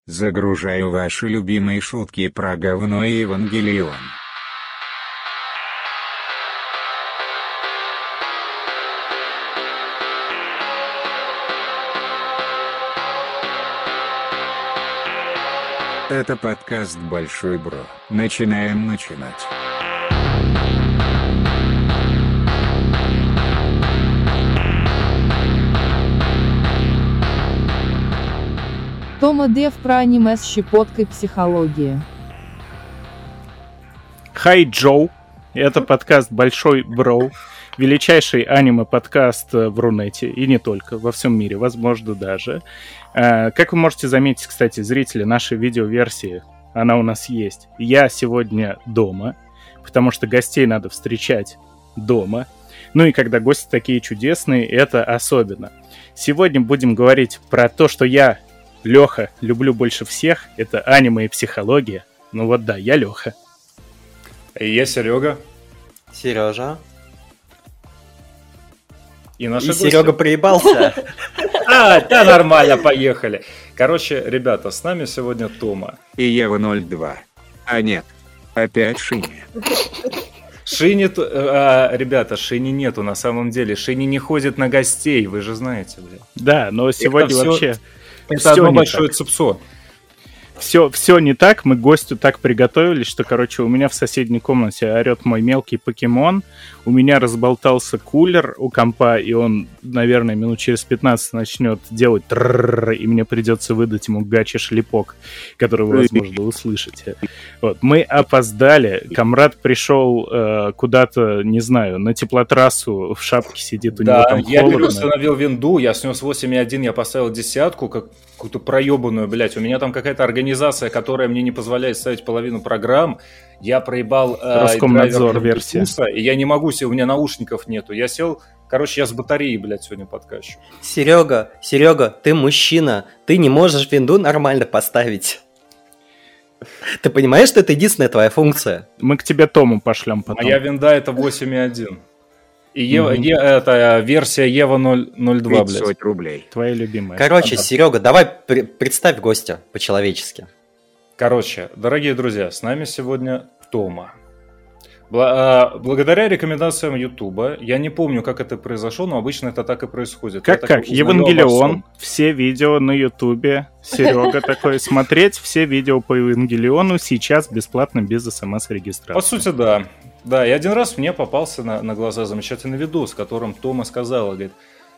Загружаю ваши любимые шутки про говно и Евангелион. Это подкаст Большой Бро. Начинаем начинать. Тома Дев про аниме с щепоткой психологии. Хай, Джоу. Это подкаст Большой Бро. Величайший аниме-подкаст в Рунете. И не только, во всем мире, возможно, даже. Как вы можете заметить, кстати, зрители, нашей видеоверсии, она у нас есть. Я сегодня дома, потому что гостей надо встречать дома. Ну и когда гости такие чудесные, это особенно. Сегодня будем говорить про то, что я, Леха, люблю больше всех. Это аниме и психология. Ну вот да, я Леха. И я Серега. Сережа. И наши гости. Серега проебался. Да, нормально, поехали. Короче, ребята, с нами сегодня Тома. И Ева 02. А нет, опять Шини. Шини, ребята, Шини нету на самом деле. Шини не ходит на гостей, вы же знаете, блин. Да, но сегодня это вообще... Это одно большое цепсо. Все не так, мы к гостю так приготовились, что, короче, у меня в соседней комнате орет мой мелкий покемон, у меня разболтался кулер у компа, и он, наверное, минут через 15 начнет делать трррррр, и мне придется выдать ему гачи-шлепок, который вы, возможно, услышите. Вот. Мы опоздали, комрад пришел куда-то, не знаю, на теплотрассу, в шапке сидит, у него там холодно. Я переустановил винду, я снес 8.1, я поставил 10, какую-то проебанную, блядь, у меня там какая-то организация, которая мне не позволяет ставить половину программ. Я проебал Роскомнадзор версия. И я не могу, у меня наушников нету. Я сел, короче, я с батареей, блядь, сегодня подкачу. Серега, ты мужчина. Ты не можешь винду нормально поставить. Ты понимаешь, что это единственная твоя функция? Мы к тебе Тому пошлем потом. Моя винда это 8.1. И это версия Ева 0.02, блядь. 500 рублей. Твоя любимая. Короче, Серега, давай представь гостя по-человечески. Короче, дорогие друзья, с нами сегодня Тома. Благодаря рекомендациям Ютуба, я не помню, как это произошло, но обычно это так и происходит. Как? Евангелион, все видео на Ютубе. Серега такой, смотреть все видео по Евангелиону сейчас бесплатно, без смс-регистрации. По сути, да. Да, и один раз мне попался на глаза замечательный видос, в котором Тома сказала, говорит,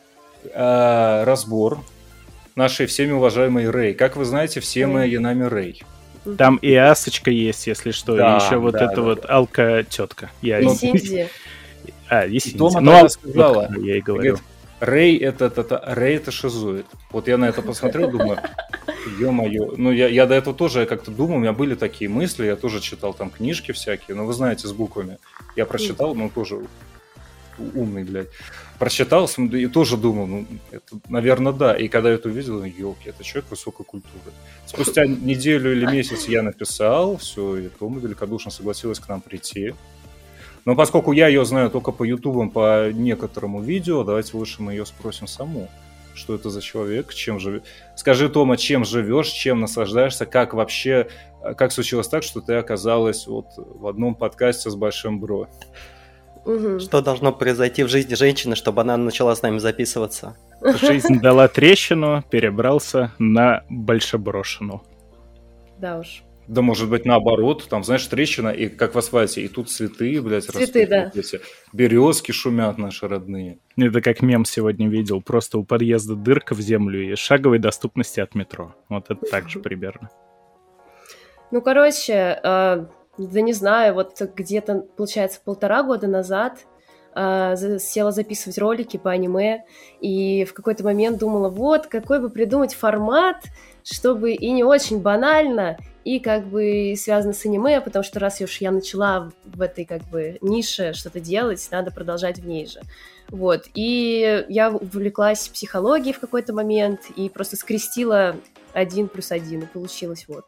разбор нашей всеми уважаемой Рэй. Как вы знаете, все мы Янами Рэй. Там и Асочка есть, если что, да, и еще вот эта вот алка-тетка. И Синди. И Синди. Тома тогда сказала, вот, я и говорю. Рэй это шизоид. Вот я на это посмотрел, думаю, ё-моё. Ну, я до этого тоже как-то думал, у меня были такие мысли, я тоже читал там книжки всякие, но вы знаете, с буквами. Я прочитал, ну, тоже умный, блядь. Прочитал и тоже думал, ну, это, наверное, да. И когда я это увидел, ёлки, это человек высокой культуры. Спустя неделю или месяц я написал, все, и Тома великодушно согласилась к нам прийти. Но поскольку я ее знаю только по ютубам, по некоторому видео, давайте лучше мы ее спросим саму. Что это за человек, чем живет. Скажи, Тома, чем живешь, чем наслаждаешься, как вообще, как случилось так, что ты оказалась вот в одном подкасте с Большим Бро? Что должно произойти в жизни женщины, чтобы она начала с нами записываться? Жизнь дала трещину, перебрался на большеброшину. Да уж. Да, может быть, наоборот, там, знаешь, трещина, и как в асфальте, и тут цветы, блядь, цветы, растут. да. Вот эти березки шумят наши родные. Это как мем сегодня видел. Просто у подъезда дырка в землю и шаговой доступности от метро. Вот это так же примерно. Ну, короче, да не знаю, вот где-то, получается, 1,5 года назад села записывать ролики по аниме, и в какой-то момент думала, вот, какой бы придумать формат, чтобы и не очень банально, и как бы связано с аниме, потому что раз уж я начала в этой как бы нише что-то делать, надо продолжать в ней же. Вот, и я увлеклась психологией в какой-то момент, и просто скрестила 1+1, и получилось вот.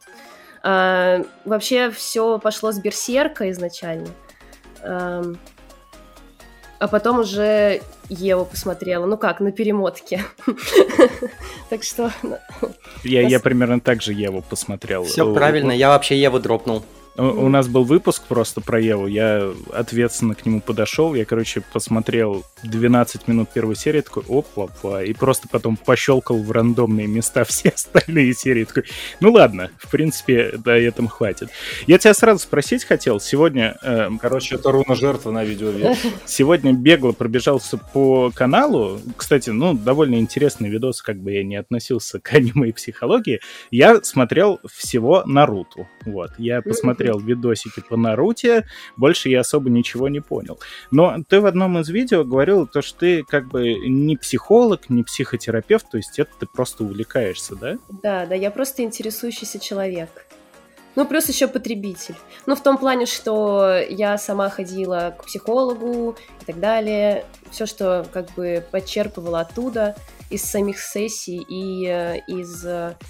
Вообще все пошло с Берсерка изначально. а потом уже Еву посмотрела. Ну как, на перемотке. Так что... Я примерно так же Еву посмотрел. Все правильно, я вообще Еву дропнул. У нас был выпуск просто про Еву, я ответственно к нему подошел, я, посмотрел 12 минут первой серии, такой, опа, и просто потом пощелкал в рандомные места все остальные серии, такой, ну ладно, в принципе, на этом хватит. Я тебя сразу спросить хотел, сегодня... это руна-жертва на видеоверсии. Сегодня бегло пробежался по каналу, кстати, довольно интересный видос, как бы я не относился к аниме и психологии, я смотрел всего Наруто, я посмотрел видосики по Наруто, больше я особо ничего не понял. Но ты в одном из видео говорил, то, что ты как бы не психолог, не психотерапевт, то есть это ты просто увлекаешься, да? Да, я просто интересующийся человек. Плюс еще потребитель. В том плане, что я сама ходила к психологу и так далее. Все, что как бы подчерпывала оттуда, из самих сессий и из...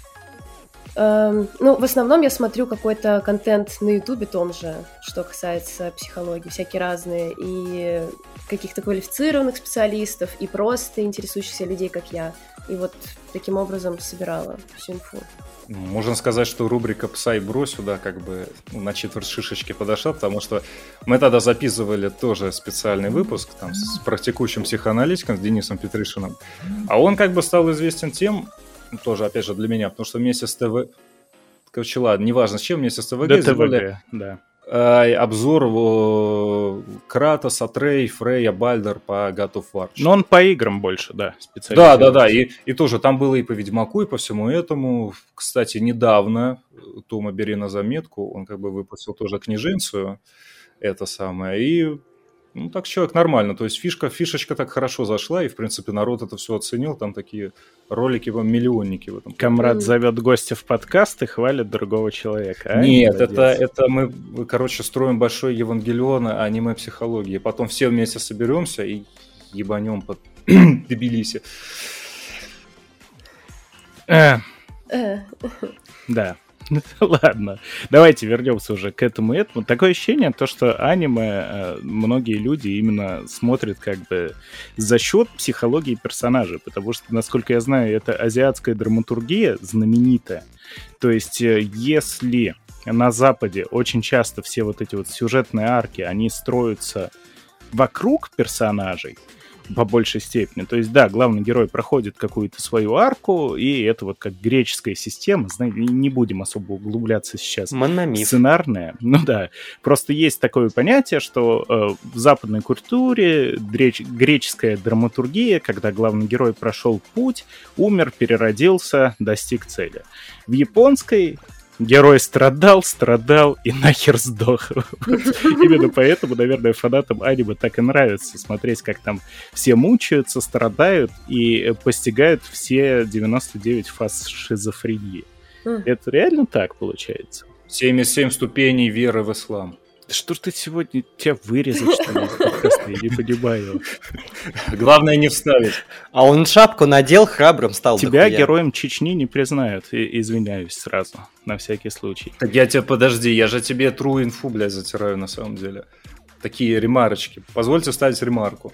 в основном я смотрю какой-то контент на Ютубе том же, что касается психологии, всякие разные, и каких-то квалифицированных специалистов, и просто интересующихся людей, как я. И таким образом собирала всю инфу. Можно сказать, что рубрика «Псай бро» сюда как бы на четверть шишечки подошла, потому что мы тогда записывали тоже специальный выпуск там, с практикующим психоаналитиком, с Денисом Петришиным, а он как бы стал известен тем, тоже, опять же, для меня, потому что вместе с ТВ... Короче, ладно, неважно с чем, вместе с ТВГ сделали обзор Кратос, Атрей, Фрейя, Бальдер по God of War. Но он по играм больше, специально. Да, и тоже там было и по Ведьмаку, и по всему этому. Кстати, недавно, Тома, бери на заметку, он как бы выпустил тоже книженцию, это самое, и... так человек нормально, то есть фишечка так хорошо зашла, и, в принципе, народ это все оценил, там такие ролики, миллионники в этом. Камрад зовет гостя в подкаст и хвалит другого человека. Нет, это мы, строим большой Евангелион аниме-психологии, потом все вместе соберемся и ебанем под Тбилиси. Да. Ладно, давайте вернемся уже к этому. Такое ощущение, что аниме многие люди именно смотрят как бы за счет психологии персонажей, потому что, насколько я знаю, это азиатская драматургия знаменитая. То есть, если на Западе очень часто все эти сюжетные арки, они строятся вокруг персонажей, по большей степени. То есть, да, главный герой проходит какую-то свою арку, и это как греческая система, не будем особо углубляться сейчас. Мономиф. Сценарная. Просто есть такое понятие, что в западной культуре греческая драматургия, когда главный герой прошел путь, умер, переродился, достиг цели. В японской герой страдал и нахер сдох. Именно поэтому, наверное, фанатам аниме так и нравится смотреть, как там все мучаются, страдают и постигают все 99 фаз шизофрении. Это реально так получается? 77 ступеней веры в ислам. Что ж ты сегодня... Тебя вырезать, что ли? Я не понимаю. Главное не вставить. А он шапку надел, храбрым стал. Тебя героем Чечни не признают. Извиняюсь сразу, на всякий случай. Так я тебя, подожди, я же тебе true инфу, блядь, затираю на самом деле. Такие ремарочки. Позвольте вставить ремарку.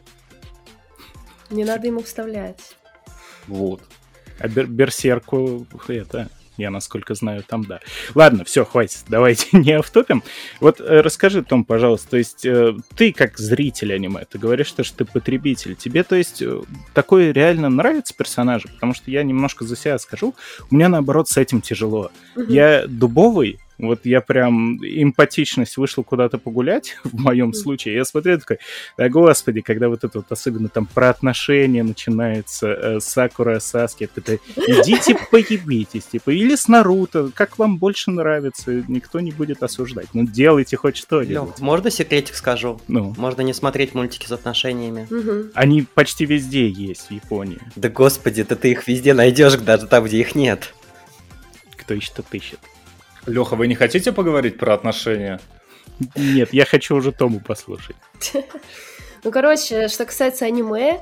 Не надо ему вставлять. Вот. А берсерку это... Я, насколько знаю, там да. Ладно, все, хватит, давайте не автопим. Расскажи, Том, пожалуйста, то есть ты как зритель аниме, ты говоришь, что ты потребитель. Тебе, то есть, такое реально нравится персонажи? Потому что я немножко за себя скажу, у меня, наоборот, с этим тяжело. Я дубовый, я прям эмпатичность вышел куда-то погулять, в моем случае, я смотрю такой, да господи, когда это особенно там про отношения начинается, Сакура, Саски, это идите поебитесь, или с Наруто, как вам больше нравится, никто не будет осуждать, делайте хоть что-нибудь. Лёх, можно секретик скажу? Ну? Можно не смотреть мультики с отношениями. Они почти везде есть в Японии. Да господи, ты их везде найдешь, даже там, где их нет. Кто ищет, тот ищет. Леха, вы не хотите поговорить про отношения? Нет, я хочу уже Тому послушать. Что касается аниме,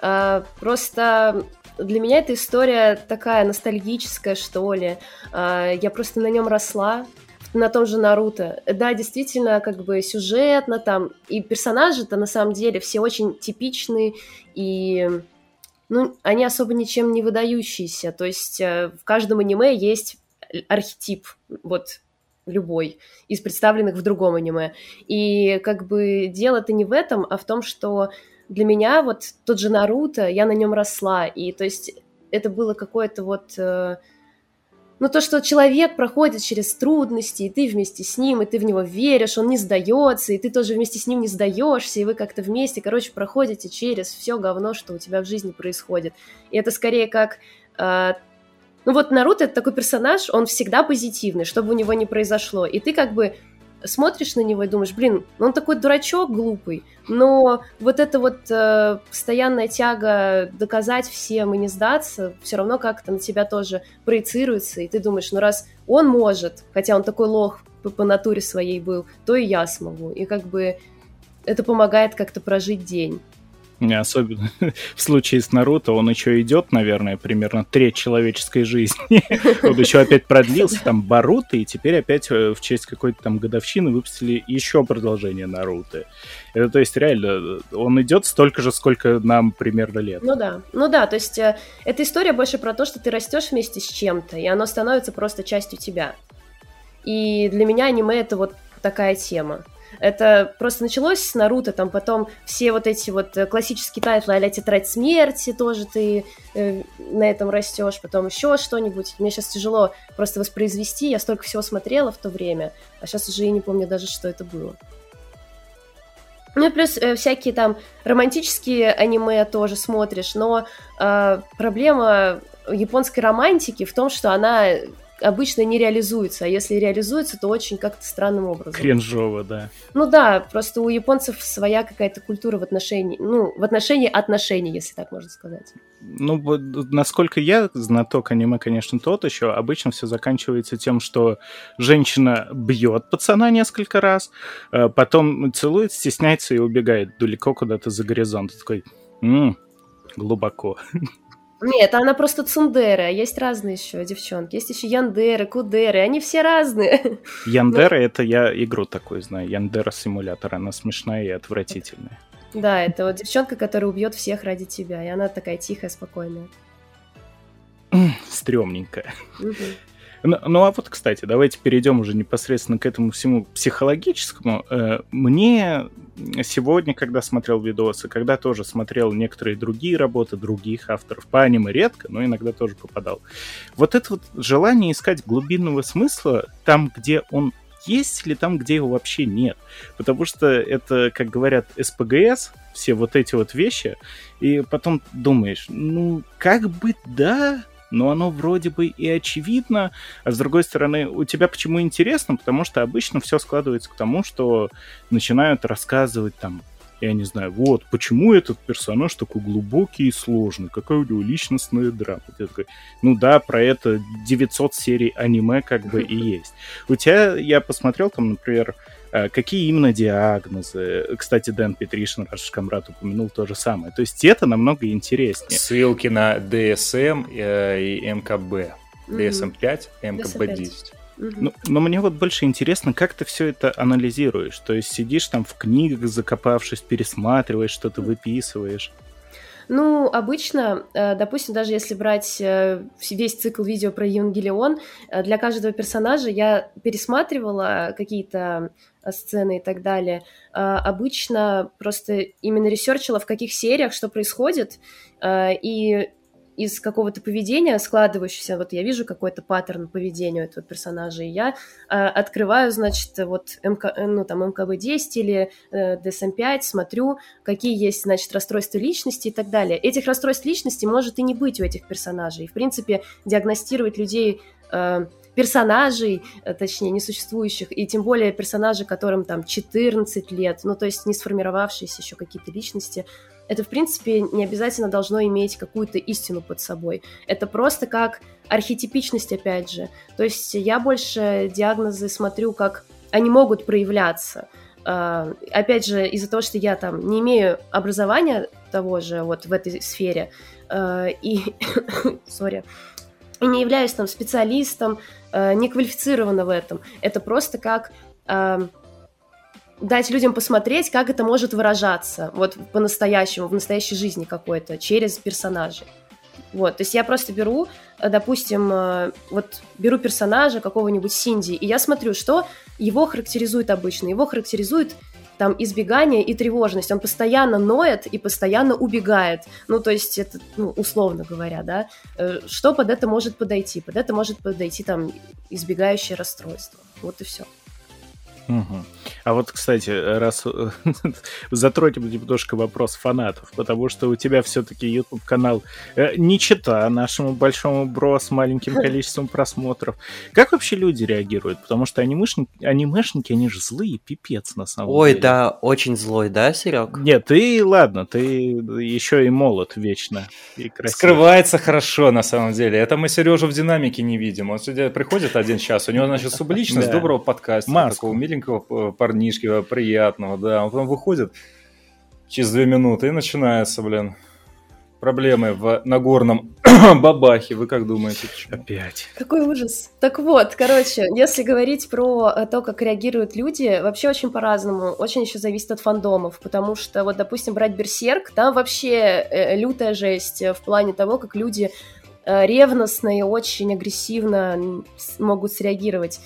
просто для меня эта история такая ностальгическая, что ли. Я просто на нем росла, на том же Наруто. Да, действительно, как бы сюжетно там, и персонажи-то на самом деле все очень типичные, и, ну, они особо ничем не выдающиеся. То есть в каждом аниме есть архетип, вот, любой, из представленных в другом аниме. И как бы дело-то не в этом, а в том, что для меня вот тот же Наруто, я на нем росла, и то есть это было какое-то вот... Ну, то, что человек проходит через трудности, и ты вместе с ним, и ты в него веришь, он не сдается, и ты тоже вместе с ним не сдаешься, и вы как-то вместе, короче, проходите через все говно, что у тебя в жизни происходит. И это скорее как... Ну, вот Наруто — это такой персонаж, он всегда позитивный, что бы у него ни произошло. И ты как бы смотришь на него и думаешь, блин, он такой дурачок глупый, но вот эта вот постоянная тяга доказать всем и не сдаться, все равно как-то на тебя тоже проецируется, и ты думаешь, ну раз он может, хотя он такой лох по натуре своей был, то и я смогу. И как бы это помогает как-то прожить день. Особенно в случае с Наруто, он еще идет, наверное, примерно треть человеческой жизни. Он еще опять продлился, там, Боруто, и теперь опять в честь какой-то там годовщины выпустили еще продолжение Наруто. Это, то есть, реально, он идет столько же, сколько нам примерно лет. Ну да, то есть эта история больше про то, что ты растешь вместе с чем-то, и оно становится просто частью тебя. И для меня аниме — это вот такая тема. Это просто началось с Наруто, там потом все вот эти вот классические тайтлы а-ля Тетрадь смерти тоже ты на этом растешь, потом еще что-нибудь. Мне сейчас тяжело просто воспроизвести, я столько всего смотрела в то время, а сейчас уже и не помню даже, что это было. Ну и плюс всякие там романтические аниме тоже смотришь, но проблема японской романтики в том, что она обычно не реализуется, а если реализуется, то очень как-то странным образом. Кринжово, да. Ну да, просто у японцев своя какая-то культура в отношении, ну, в отношении отношений, если так можно сказать. Ну, насколько я знаток аниме, конечно, тот еще, обычно все заканчивается тем, что женщина бьет пацана несколько раз, потом целует, стесняется и убегает далеко куда-то за горизонт. Такой, глубоко. Нет, она просто цундеры, а есть разные еще девчонки. Есть еще яндеры, кудеры, они все разные. Яндера, это я игру такую знаю, Яндера симулятор, она смешная и отвратительная. Да, это вот девчонка, которая убьет всех ради тебя, и она такая тихая, спокойная. Стрёмненькая. Ну, а вот, кстати, давайте перейдем уже непосредственно к этому всему психологическому. Мне сегодня, когда смотрел видосы, когда тоже смотрел некоторые другие работы других авторов, по аниме редко, но иногда тоже попадал. Вот это вот желание искать глубинного смысла там, где он есть, или там, где его вообще нет. Потому что это, как говорят, СПГС, все вот эти вот вещи, и потом думаешь, ну, как бы да... но оно вроде бы и очевидно, а с другой стороны, у тебя почему интересно? Потому что обычно все складывается к тому, что начинают рассказывать там, я не знаю, вот, почему этот персонаж такой глубокий и сложный, какая у него личностная драма. Ты такой, ну да, про это 900 серий аниме как бы и есть. У тебя, я посмотрел там, например, какие именно диагнозы. Кстати, Дэн Петришин, Раш Камрад упомянул то же самое. То есть это намного интереснее. Ссылки на DSM и МКБ. DSM-5 и МКБ-10. Но мне вот больше интересно, как ты все это анализируешь. То есть сидишь там в книгах, закопавшись, пересматриваешь, что-то выписываешь. Ну, обычно, допустим, даже если брать весь цикл видео про Евангелион, для каждого персонажа я пересматривала какие-то сцены и так далее. Обычно просто именно ресерчила, в каких сериях что происходит, и из какого-то поведения складывающегося, вот я вижу какой-то паттерн поведения у этого персонажа, и я открываю, значит, вот МКБ-10 или DSM-5, смотрю, какие есть, значит, расстройства личности и так далее. Этих расстройств личности может и не быть у этих персонажей. В принципе, диагностировать людей, персонажей, точнее, несуществующих, и тем более персонажей, которым там 14 лет, ну, то есть не сформировавшиеся еще какие-то личности, это, в принципе, не обязательно должно иметь какую-то истину под собой. Это просто как архетипичность, опять же. То есть я больше диагнозы смотрю, как они могут проявляться. Опять же, из-за того, что я там не имею образования того же вот в этой сфере, и... Сори. и не являюсь там специалистом, не квалифицирована в этом. Это просто как дать людям посмотреть, как это может выражаться вот по-настоящему, в настоящей жизни какой-то, через персонажей. Вот, то есть я просто беру, допустим, беру персонажа какого-нибудь Синди, и я смотрю, что его характеризует обычно. Его характеризует там избегание и тревожность. Он постоянно ноет и постоянно убегает. Ну, то есть это, условно говоря, да. Что под это может подойти? Под это может подойти там избегающее расстройство. Вот и все. Угу. А вот, кстати, раз затронем немножко вопрос фанатов, потому что у тебя все-таки YouTube-канал не чета нашему большому бро с маленьким количеством просмотров. Как вообще люди реагируют? Потому что анимешники, они же злые, пипец на самом деле. Ой, да, очень злой, да, Серег? Нет, ты, ладно, ты еще и молод вечно. И красив. Скрывается хорошо, на самом деле. Это мы Сережу в динамике не видим. Он сюда приходит один час, у него, значит, субличность доброго подкаста, такого миленького парнишки, приятного, да. Он потом выходит через 2 минуты и начинается, проблемы в Нагорном бабахе. Вы как думаете, почему? Опять. Какой ужас. Так вот, короче, если говорить про то, как реагируют люди, вообще очень по-разному. Очень еще зависит от фандомов, потому что, вот, допустим, брать Берсерк, там вообще лютая жесть в плане того, как люди ревностно и очень агрессивно могут среагировать.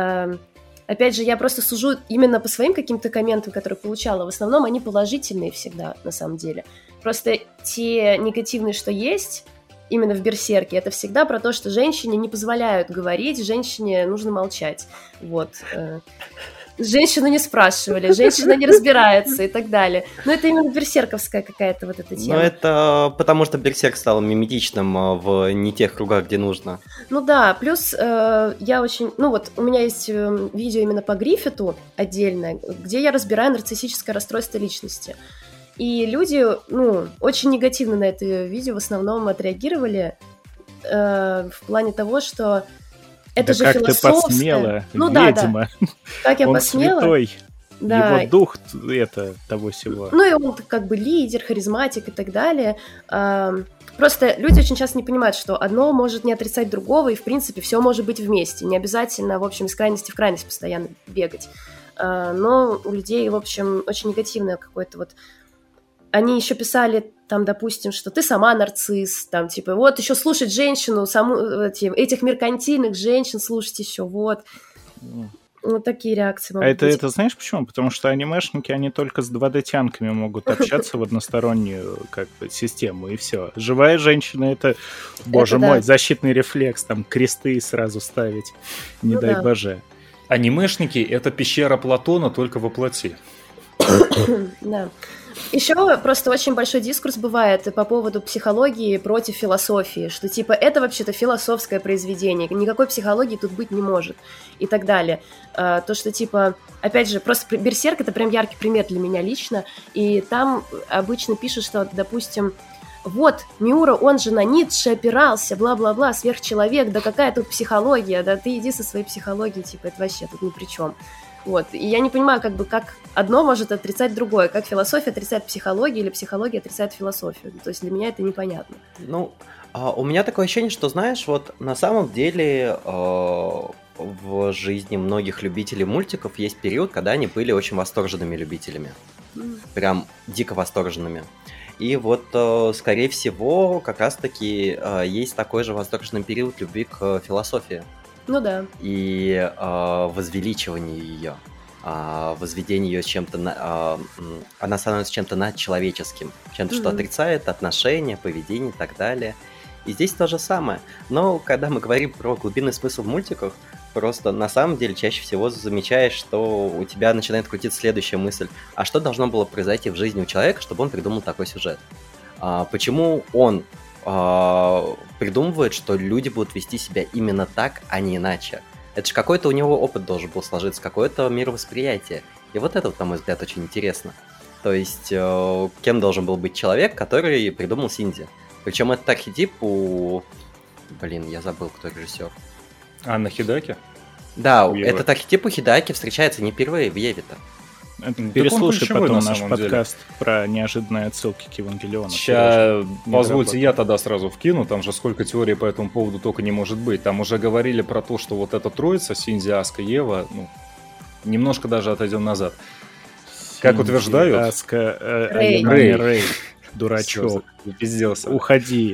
Опять же, я просто сужу именно по своим каким-то комментам, которые получала. В основном они положительные всегда, на самом деле. Просто те негативные, что есть, именно в Берсерке, это всегда про то, что женщине не позволяют говорить, женщине нужно молчать. Вот. Женщину не спрашивали, женщина не разбирается и так далее. Но это именно берсерковская какая-то вот эта тема. Ну, это потому что Берсерк стал миметичным в не тех кругах, где нужно. Ну да, плюс я очень... Ну вот, у меня есть видео именно по Гриффиту отдельное, где я разбираю нарциссическое расстройство личности. И люди, очень негативно на это видео в основном отреагировали в плане того, что это же как философское. Ты посмела, ведьма. Да. Как я он посмела. Святой. Да. Его дух того всего. Ну и он как бы лидер, харизматик и так далее. Просто люди очень часто не понимают, что одно может не отрицать другого, и в принципе все может быть вместе. Не обязательно, в общем, из крайности в крайность постоянно бегать. Но у людей, в общем, очень негативное какое-то вот... Они еще писали, там, допустим, что ты сама нарцисс, там, типа, вот, еще слушать женщину, этих меркантильных женщин слушать еще, вот. Вот такие реакции могут быть. Это знаешь почему? Потому что анимешники, они только с 2D-тянками могут общаться в одностороннюю систему, и все. Живая женщина — это, боже мой, защитный рефлекс, там, кресты сразу ставить, не дай боже. Анимешники — это пещера Платона только во плоти. Да. Еще просто очень большой дискурс бывает по поводу психологии против философии, что типа это вообще-то философское произведение, никакой психологии тут быть не может и так далее. То, что типа, опять же, просто Берсерк — это прям яркий пример для меня лично, и там обычно пишут, что, допустим, вот, Миура, он же на Ницше опирался, бла-бла-бла, сверхчеловек, да какая тут психология, да ты иди со своей психологией, типа, это вообще тут ни при чем. Вот, и я не понимаю, как одно может отрицать другое, как философия отрицает психологию или психология отрицает философию. То есть для меня это непонятно. Ну, у меня такое ощущение, что, знаешь, вот на самом деле в жизни многих любителей мультиков есть период, когда они были очень восторженными любителями. Прям дико восторженными. И вот, скорее всего, как раз-таки есть такой же восторженный период любви к философии. Ну да. И возвеличивание ее, возведение ее с чем-то, она становится чем-то надчеловеческим, чем-то, что отрицает отношения, поведение и так далее. И здесь то же самое. Но когда мы говорим про глубинный смысл в мультиках, просто на самом деле чаще всего замечаешь, что у тебя начинает крутиться следующая мысль. А что должно было произойти в жизни у человека, чтобы он придумал такой сюжет? Почему он придумывает, что люди будут вести себя именно так, а не иначе? Это же какой-то у него опыт должен был сложиться, какое-то мировосприятие. И вот это, на мой взгляд, очень интересно. То есть, кем должен был быть человек, который придумал Синди? Причем этот архетип у... Блин, я забыл, кто режиссер. Анна Хидаки? Да, этот архетип у Хидаки встречается не впервые в Еве-то. Переслушай ключевой потом на наш самом деле. подкаст про неожиданные отсылки к Евангелиону. Сейчас, Не позвольте, доработал. я тогда сразу вкину, там же сколько теорий по этому поводу только не может быть. Там уже говорили про то, что вот эта троица, Синди, Аска, Ева, немножко даже отойдем назад. Как Синди, утверждают... Аска, Рэй. Рэй. Дурачок. Всё, запизделся. Уходи.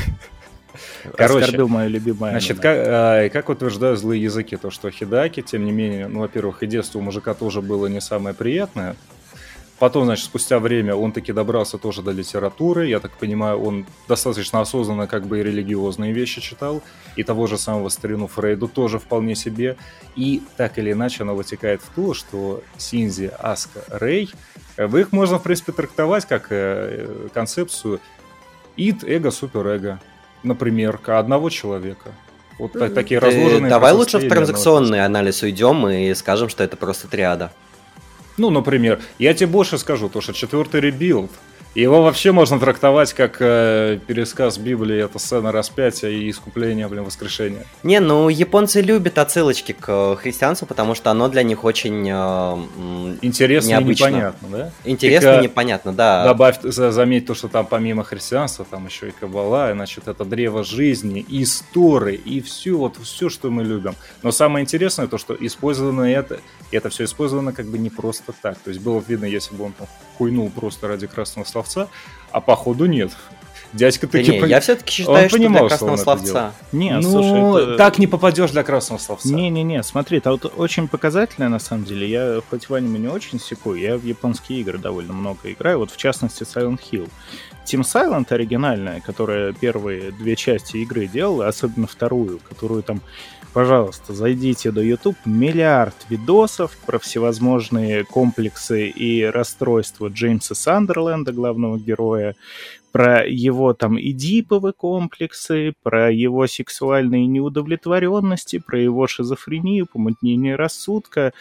Короче, Оскорбил мое любимое Значит, аниме. как утверждают злые языки, то, что Хидаки, тем не менее, во-первых, и детство у мужика тоже было не самое приятное. Потом, значит, спустя время он таки добрался тоже до литературы. Я так понимаю, он достаточно осознанно как бы и религиозные вещи читал. И того же самого старину Фрейду тоже вполне себе. И так или иначе оно вытекает в то, что Синзи, Аска, Рэй, их можно, в принципе, трактовать как концепцию ид, эго, суперэго. Например, одного человека. Вот такие разложенные... Давай лучше в противостояния транзакционный анализ уйдем и скажем, что это просто триада. Ну, например, я тебе больше скажу, то, что 4-й ребилд, его вообще можно трактовать как пересказ Библии, это сцена распятия и искупления, воскрешения. Не, ну японцы любят отсылочки к христианству, потому что оно для них очень Интересно необычно. и непонятно, да? Интересно и непонятно, да. Добавь, заметь то, что там помимо христианства, там еще и каббала, значит, это древо жизни, и Торы, и все, что мы любим. Но самое интересное то, что использовано это все использовано как бы не просто так. То есть было видно, если бы он там хуйнул просто ради красного словца, а походу нет. Дядька таки... я все-таки считаю, что понимал, для красного что он это словца. Не, Ну, слушай, это... так не попадешь для красного словца. Не-не-не, смотри, это вот очень показательно, на самом деле. Я хоть в аниме не очень секую, я в японские игры довольно много играю, вот в частности Silent Hill. Team Silent оригинальная, которая первые 2 части игры делала, особенно вторую, которую там, пожалуйста, зайдите до YouTube, миллиард видосов про всевозможные комплексы и расстройства Джеймса Сандерленда, главного героя, про его там эдиповые комплексы, про его сексуальные неудовлетворенности, про его шизофрению, помутнение рассудка.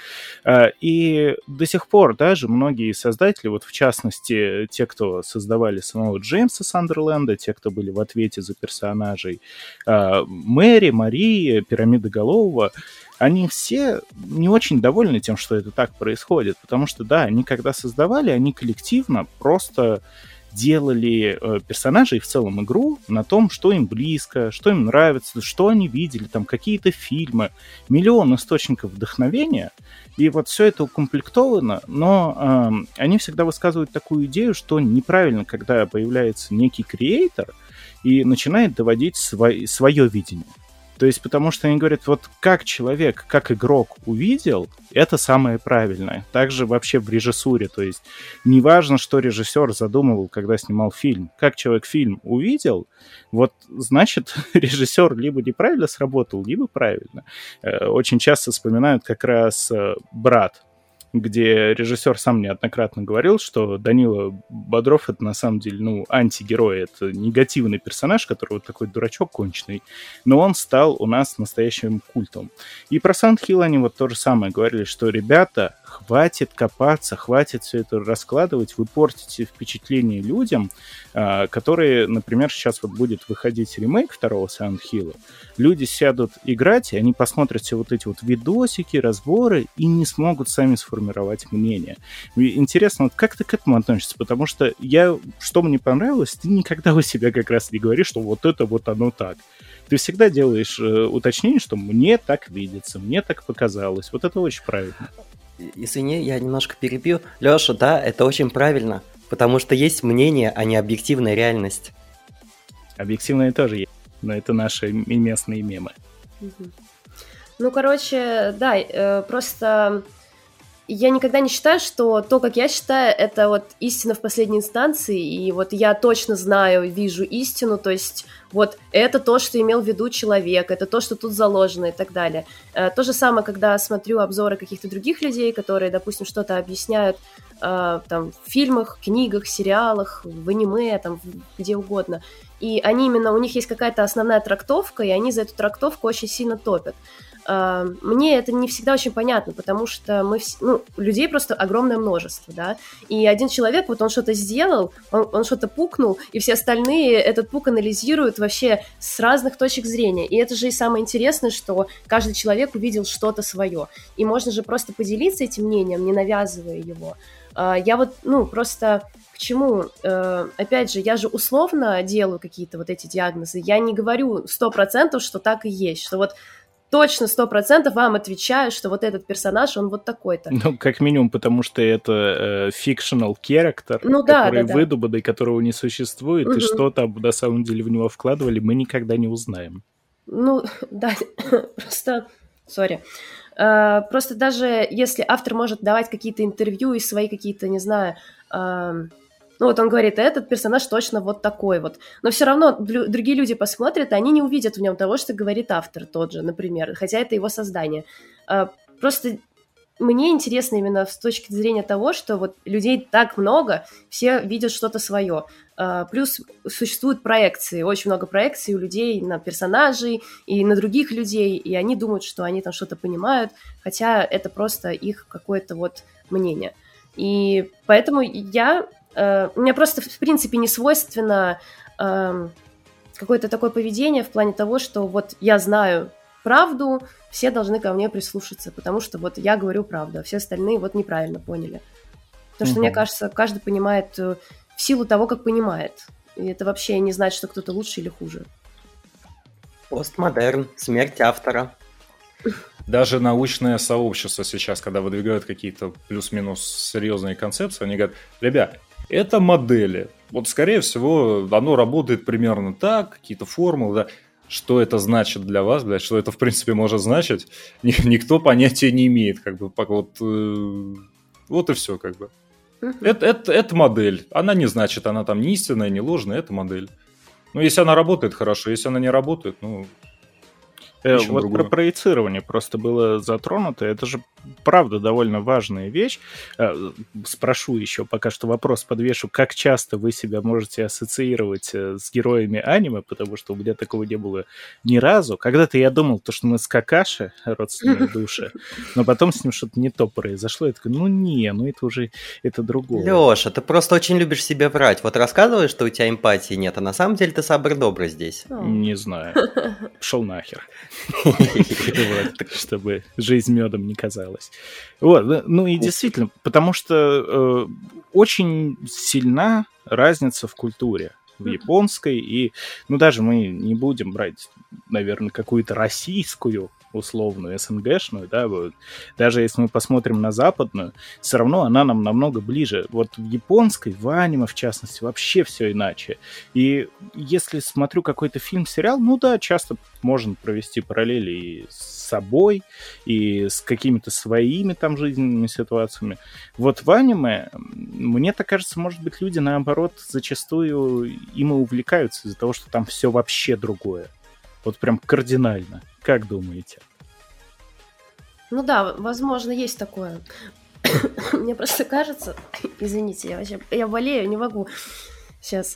И до сих пор даже многие создатели, вот в частности те, кто создавали самого Джеймса Сандерленда, те, кто были в ответе за персонажей Мэри, Марии, Пирамидоголового, они все не очень довольны тем, что это так происходит, потому что, да, они когда создавали, они коллективно просто делали персонажей и в целом игру на том, что им близко, что им нравится, что они видели, там какие-то фильмы, миллион источников вдохновения, и вот все это укомплектовано, но они всегда высказывают такую идею, что неправильно, когда появляется некий креатор и начинает доводить свое видение. То есть, потому что они говорят, вот как человек, как игрок увидел, это самое правильное. Также вообще в режиссуре, то есть неважно, что режиссер задумывал, когда снимал фильм. Как человек фильм увидел, вот значит режиссер либо неправильно сработал, либо правильно. Очень часто вспоминают как раз «Брат», где режиссер сам неоднократно говорил, что Данила Бодров — это на самом деле, антигерой, это негативный персонаж, который вот такой дурачок конченый, но он стал у нас настоящим культом. И про Silent Hill они вот то же самое говорили, что, ребята, хватит копаться, хватит все это раскладывать, вы портите впечатление людям, которые, например, сейчас вот будет выходить ремейк второго Silent Hill, люди сядут играть, и они посмотрят все вот эти вот видосики, разборы, и не смогут сами сформировать мнение. И интересно, вот как ты к этому относишься? Потому что что мне понравилось, ты никогда у себя как раз не говоришь, что вот это вот оно так. Ты всегда делаешь уточнение, что мне так видится, мне так показалось. Вот это очень правильно. Извини, я немножко перебью. Леша, да, это очень правильно, потому что есть мнение, а не объективная реальность. Объективное тоже есть, но это наши местные мемы. Ну, короче, да, просто я никогда не считаю, что то, как я считаю, это вот истина в последней инстанции, и вот я точно знаю, вижу истину, то есть вот это то, что имел в виду человек, это то, что тут заложено и так далее. То же самое, когда смотрю обзоры каких-то других людей, которые, допустим, что-то объясняют там в фильмах, книгах, сериалах, в аниме, там где угодно, и они именно, у них есть какая-то основная трактовка, и они за эту трактовку очень сильно топят. мне это не всегда очень понятно, потому что людей просто огромное множество, да, и один человек, вот он что-то сделал, он что-то пукнул, и все остальные этот пук анализируют вообще с разных точек зрения, и это же и самое интересное, что каждый человек увидел что-то свое, и можно же просто поделиться этим мнением, не навязывая его. Я вот, просто к чему? Опять же, я же условно делаю какие-то вот эти диагнозы, я не говорю 100%, что так и есть, что вот точно 100% вам отвечаю, что вот этот персонаж, он вот такой-то. Ну, как минимум, потому что это fictional character, который выдуманный, которого не существует, и что там на самом деле в него вкладывали, мы никогда не узнаем. Ну, да, просто... Сори. Просто даже если автор может давать какие-то интервью и свои какие-то, не знаю... вот он говорит, этот персонаж точно вот такой вот. Но все равно другие люди посмотрят, и они не увидят в нем того, что говорит автор тот же, например, хотя это его создание. Просто мне интересно именно с точки зрения того, что вот людей так много, все видят что-то свое. Плюс существуют проекции, очень много проекций у людей на персонажей и на других людей, и они думают, что они там что-то понимают, хотя это просто их какое-то вот мнение. И поэтому мне просто, в принципе, не свойственно какое-то такое поведение в плане того, что вот я знаю правду, все должны ко мне прислушаться, потому что вот я говорю правду, а все остальные вот неправильно поняли. Потому что, мне кажется, каждый понимает в силу того, как понимает. И это вообще не значит, что кто-то лучше или хуже. Постмодерн, смерть автора. Даже научное сообщество сейчас, когда выдвигают какие-то плюс-минус серьезные концепции, они говорят, ребят, это модели. Вот, скорее всего, оно работает примерно так, какие-то формулы, да. Что это значит для вас, блядь, что это, в принципе, может значить, никто понятия не имеет, как бы, вот и все, как бы. Это модель. Она не значит, она там не истинная, не ложная, это модель. Ну, если она работает, хорошо, если она не работает, вот про проецирование просто было затронуто. Это же, правда, довольно важная вещь. Спрошу еще пока что вопрос, подвешу. Как часто вы себя можете ассоциировать с героями аниме? Потому что у меня такого не было ни разу. Когда-то я думал, что мы с Какаши, родственные души, но потом с ним что-то не то произошло. Я такой, это другое. Лёша, ты просто очень любишь себе врать. Вот рассказываешь, что у тебя эмпатии нет, а на самом деле ты сабр добрый здесь. Не знаю. Пошел нахер. Чтобы жизнь медом не казалась. Ну и действительно, потому что очень сильна разница в культуре. В японской и... даже мы не будем брать, наверное, какую-то российскую условную, СНГшную, да, вот. Даже если мы посмотрим на западную, все равно она нам намного ближе. Вот в японской, в аниме, в частности, вообще все иначе. И если смотрю какой-то фильм, сериал, часто можно провести параллели и с собой, и с какими-то своими там жизненными ситуациями. Вот в аниме, мне так кажется, может быть, люди, наоборот, зачастую им и увлекаются из-за того, что там все вообще другое. Вот прям кардинально. Как думаете? Ну да, возможно, есть такое. Мне просто кажется... Извините, я болею, не могу. Сейчас.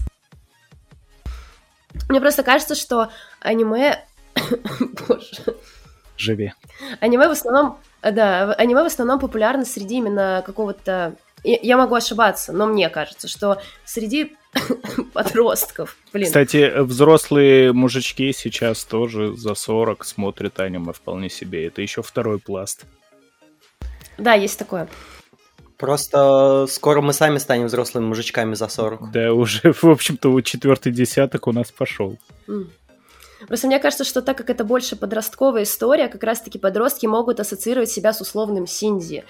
Мне просто кажется, что аниме... Боже. Живи. Аниме в основном популярно среди именно какого-то... Я могу ошибаться, но мне кажется, что среди подростков. Кстати, взрослые мужички сейчас тоже за 40 смотрят аниме вполне себе. Это еще второй пласт. Да, есть такое. Просто скоро мы сами станем взрослыми мужичками за 40. Да, уже, в общем-то, 4-й десяток у нас пошел. Просто мне кажется, что так как это больше подростковая история, как раз-таки подростки могут ассоциировать себя с условным синди,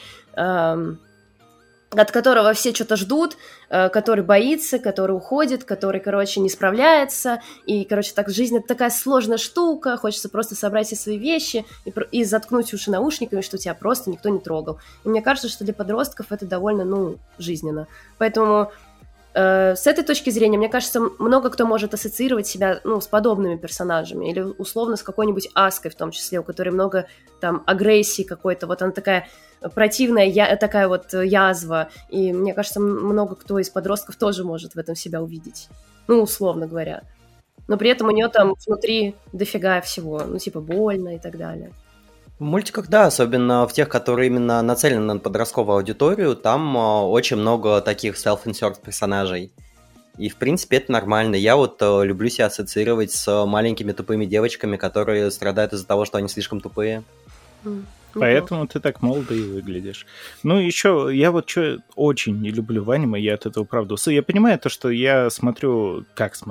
от которого все что-то ждут, который боится, который уходит, который, не справляется, и, так жизнь — это такая сложная штука, хочется просто собрать все свои вещи и заткнуть уши наушниками, что тебя просто никто не трогал. И мне кажется, что для подростков это довольно, жизненно. Поэтому с этой точки зрения, мне кажется, много кто может ассоциировать себя, с подобными персонажами, или условно с какой-нибудь Аской в том числе, у которой много там агрессии какой-то, вот она такая противная, такая вот язва, и мне кажется, много кто из подростков тоже может в этом себя увидеть, условно говоря. Но при этом у нее там внутри дофига всего, больно и так далее. В мультиках, да, особенно в тех, которые именно нацелены на подростковую аудиторию, там очень много таких self-insert персонажей. И, в принципе, это нормально. Я вот люблю себя ассоциировать с маленькими тупыми девочками, которые страдают из-за того, что они слишком тупые. Поэтому ты так молодо и выглядишь. Ну, еще я вот что очень не люблю в аниме, я от этого правда устаю. Я понимаю то, что я смотрел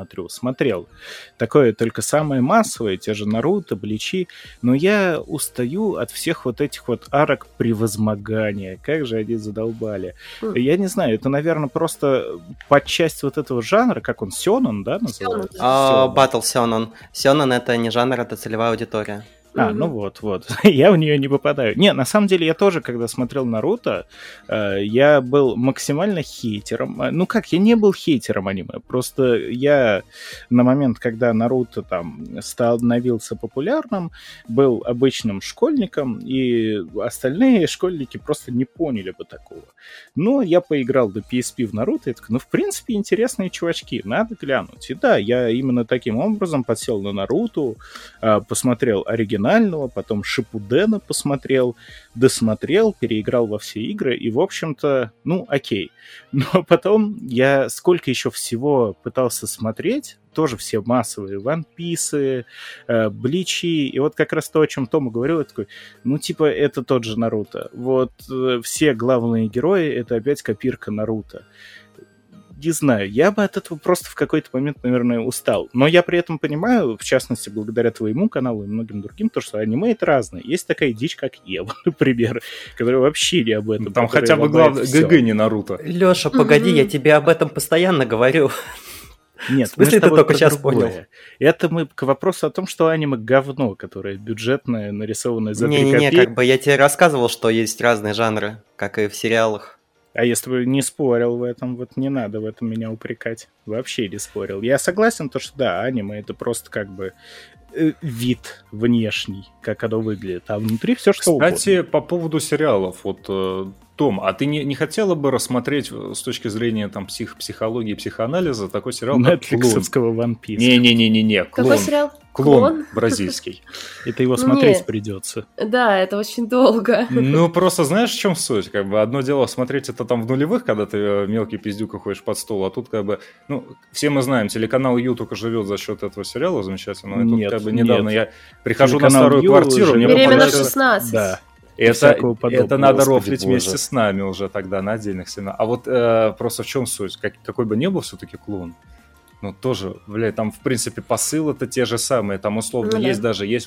такое только самое массовое, те же Наруто, Бличи, но я устаю от всех вот этих вот арок превозмогания. Как же они задолбали. Я не знаю, это, наверное, просто подчасть вот этого жанра, как он, сёнэн, да, называется? Battle сёнэн. Сёнэн — это не жанр, это целевая аудитория. Ну вот. Я в нее не попадаю. Не, на самом деле, я тоже, когда смотрел Наруто, я был максимально хейтером. Ну как, я не был хейтером аниме. Просто я на момент, когда Наруто там становился популярным, был обычным школьником, и остальные школьники просто не поняли бы такого. Но я поиграл до PSP в Наруто, и такой, в принципе, интересные чувачки, надо глянуть. И да, я именно таким образом подсел на Наруто, посмотрел оригинального, потом Шипудена посмотрел, досмотрел, переиграл во все игры, и, в общем-то, окей. Но потом я сколько еще всего пытался смотреть, тоже все массовые, One Piece, Бличи, и вот как раз то, о чем Тома говорил, я такой, это тот же Наруто. Вот все главные герои, это опять копирка Наруто. Не знаю, я бы от этого просто в какой-то момент, наверное, устал. Но я при этом понимаю, в частности, благодаря твоему каналу и многим другим, то, что аниме — это разное. Есть такая дичь, как Ева, например, которая вообще не об этом. Там хотя бы главное ГГ не Наруто. Лёша, погоди, я тебе об этом постоянно говорю. Нет, в смысле ты только сейчас понял? Это мы к вопросу о том, что аниме говно, которое бюджетное, нарисованное за 3 копейки. Не, я тебе рассказывал, что есть разные жанры, как и в сериалах. А если бы не спорил в этом, вот не надо в этом меня упрекать. Вообще не спорил. Я согласен, то, что да, аниме — это просто как бы вид внешний, как оно выглядит, а внутри все что угодно. Кстати, по поводу сериалов, Том, а ты не хотела бы рассмотреть с точки зрения там психологии, психоанализа такой сериал, как Netflix'овского One Piece? Не-не-не, Какой сериал? Клон бразильский. Это его смотреть придется. Да, это очень долго. Просто знаешь, в чем суть? Как бы одно дело смотреть это там в нулевых, когда ты мелкий пиздюк ходишь под стол, а тут как бы, все мы знаем, телеканал Ю только живет за счет этого сериала замечательного. И тут как бы недавно я прихожу на старую квартиру, мне «Беременна в 16». Да. Это надо рофлить вместе с нами уже тогда на отдельных стенах. А вот просто в чем суть? Какой бы ни был все-таки клон, тоже, там, в принципе, посылы-то те же самые. Там, условно, есть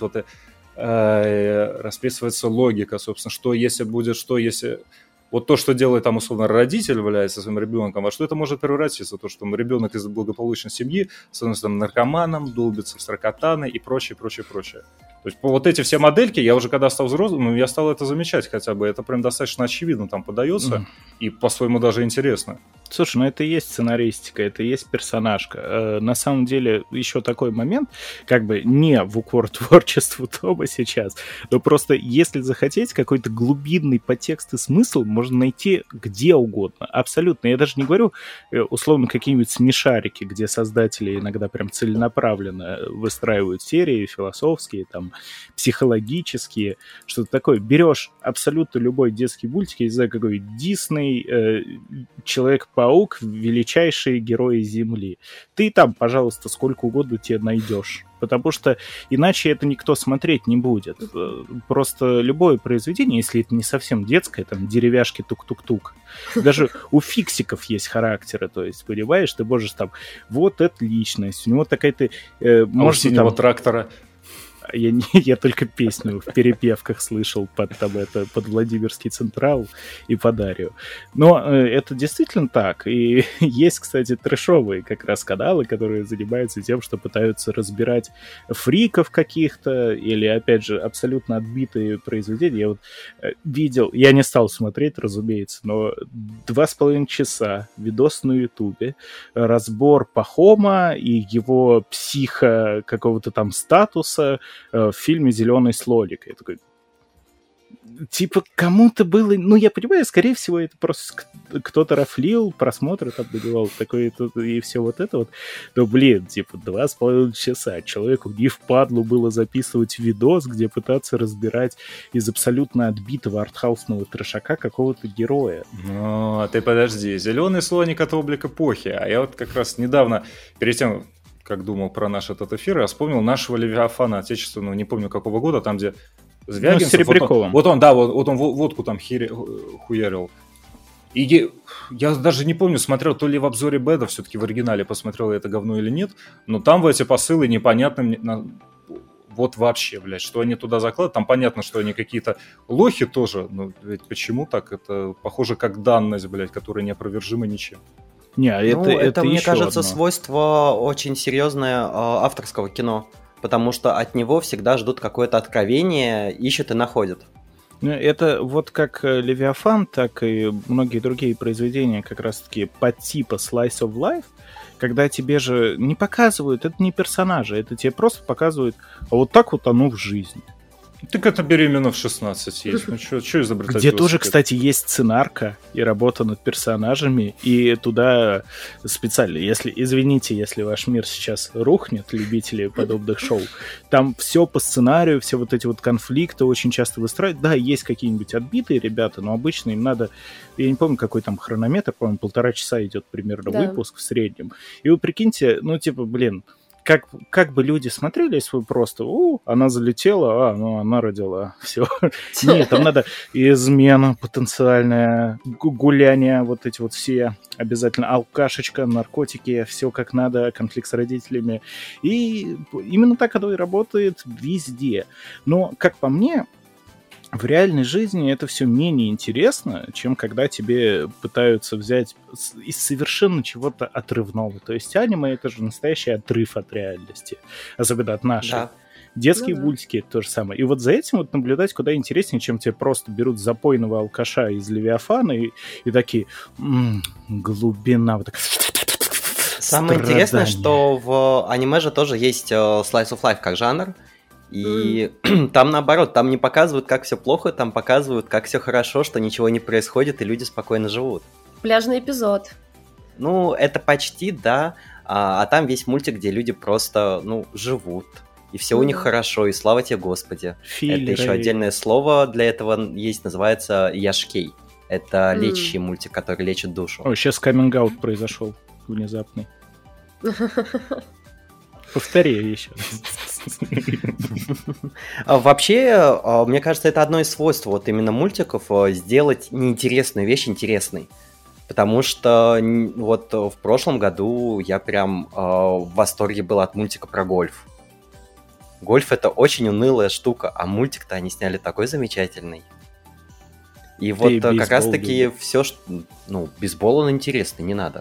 расписывается логика, собственно, что если будет, что если... Вот то, что делает там, условно, родитель, является своим ребенком, во что это может превратиться? То, что ребенок из благополучной семьи становится там наркоманом, долбится в саркотаны и прочее. То есть вот эти все модельки, я уже когда стал взрослым, я стал это замечать хотя бы. Это прям достаточно очевидно там подается и по-своему даже интересно. Слушай, это и есть сценаристика, это и есть персонажка. На самом деле еще такой момент, как бы не в укор творчеству Тома сейчас, но просто если захотеть какой-то глубинный подтекст и смысл, можно найти где угодно. Абсолютно. Я даже не говорю, условно, какие-нибудь смешарики, где создатели иногда прям целенаправленно выстраивают серии философские, там, психологические, что-то такое. Берешь абсолютно любой детский мультик, я не знаю, какой Дисней, Человек-паук, величайшие герои Земли. Ты там, пожалуйста, сколько угодно тебе найдешь. Потому что иначе это никто смотреть не будет. Просто любое произведение, если это не совсем детское, там, деревяшки тук-тук-тук, даже у фиксиков есть характеры, то есть, понимаешь, ты можешь там, вот это личность, у него такая-то... у синего трактора... Я только песню в перепевках слышал под Владимирский Централ и под Арию. Но это действительно так. И есть, кстати, трэшовые как раз каналы, которые занимаются тем, что пытаются разбирать фриков каких-то или, опять же, абсолютно отбитые произведения. Я вот видел, я не стал смотреть, разумеется, но 2,5 часа видос на Ютубе, разбор Пахома и его какого-то там статуса в фильме «Зеленый слоник». Я такой, типа, кому-то было... Ну, я понимаю, скорее всего, это просто кто-то рафлил, просмотры там добивал, такое и все вот это вот. Но, блин, типа, 2,5 часа. Человеку не впадлу было записывать видос, где пытаться разбирать из абсолютно отбитого артхаусного трешака какого-то героя. Ну, а ты подожди. «Зеленый слоник» — это облик эпохи. А я вот как раз недавно, перед тем, как думал про наш этот эфир, я вспомнил нашего Левиафана отечественного, не помню какого года, там, где Звягинцев, с Серебряковым. вот он водку там хуярил. И я даже не помню, смотрел то ли в обзоре Бэда, все-таки в оригинале посмотрел я это говно или нет, но там в эти посылы непонятно вот вообще, блядь, что они туда закладывают. Там понятно, что они какие-то лохи тоже, но ведь почему так? Это похоже как данность, блядь, которая неопровержима ничем. Не, это мне еще кажется, одно. свойство очень серьезное авторского кино. Потому что от него всегда ждут какое-то откровение, ищут и находят. Это вот как «Левиафан», так и многие другие произведения как раз-таки по типа Slice of Life, когда тебе же не показывают, это не персонажи, это тебе просто показывают, а вот так вот оно в жизни. Так это «Беременна в 16» есть. Ну что изобретать? Где тоже, кстати, есть сценарка и работа над персонажами, и туда специально, извините, если ваш мир сейчас рухнет, любители подобных шоу, там все по сценарию, все вот эти вот конфликты очень часто выстраивают. Да, есть какие-нибудь отбитые ребята, но обычно им надо, я не помню, какой там хронометр, по-моему, 1,5 часа идет примерно выпуск в среднем. И вы прикиньте, ну типа, блин, как бы люди смотрели, если вы просто, она залетела, она родила, все. Нет, там надо измена потенциальная, гуляние, вот эти вот все, обязательно алкашечка, наркотики, все как надо, конфликт с родителями. И именно так оно и работает везде. Но, как по мне, в реальной жизни это все менее интересно, чем когда тебе пытаются взять из совершенно чего-то отрывного. То есть аниме — это же настоящий отрыв от реальности, особенно от нашей. Да. Детские мультики — это то же самое. И вот за этим вот наблюдать куда интереснее, чем тебе просто берут запойного алкаша из «Левиафана» и такие глубина. Вот так. Самое интересное, что в аниме же тоже есть slice of life как жанр. И там наоборот, там не показывают, как все плохо, там показывают, как все хорошо, что ничего не происходит, и люди спокойно живут. Пляжный эпизод. Ну, это почти, да. А там весь мультик, где люди просто, живут. И все у них хорошо, и слава тебе, Господи. Это еще отдельное слово для этого есть, называется яшкей. Это лечащий мультик, который лечит душу. Ой, сейчас каминг-аут произошел внезапный. Повтори еще. Вообще, мне кажется, это одно из свойств вот именно мультиков сделать неинтересную вещь интересной. Потому что вот в прошлом году я прям в восторге был от мультика про гольф. Гольф — это очень унылая штука, а мультик-то они сняли такой замечательный. И вот как раз-таки все, что... бейсбол он интересный, не надо.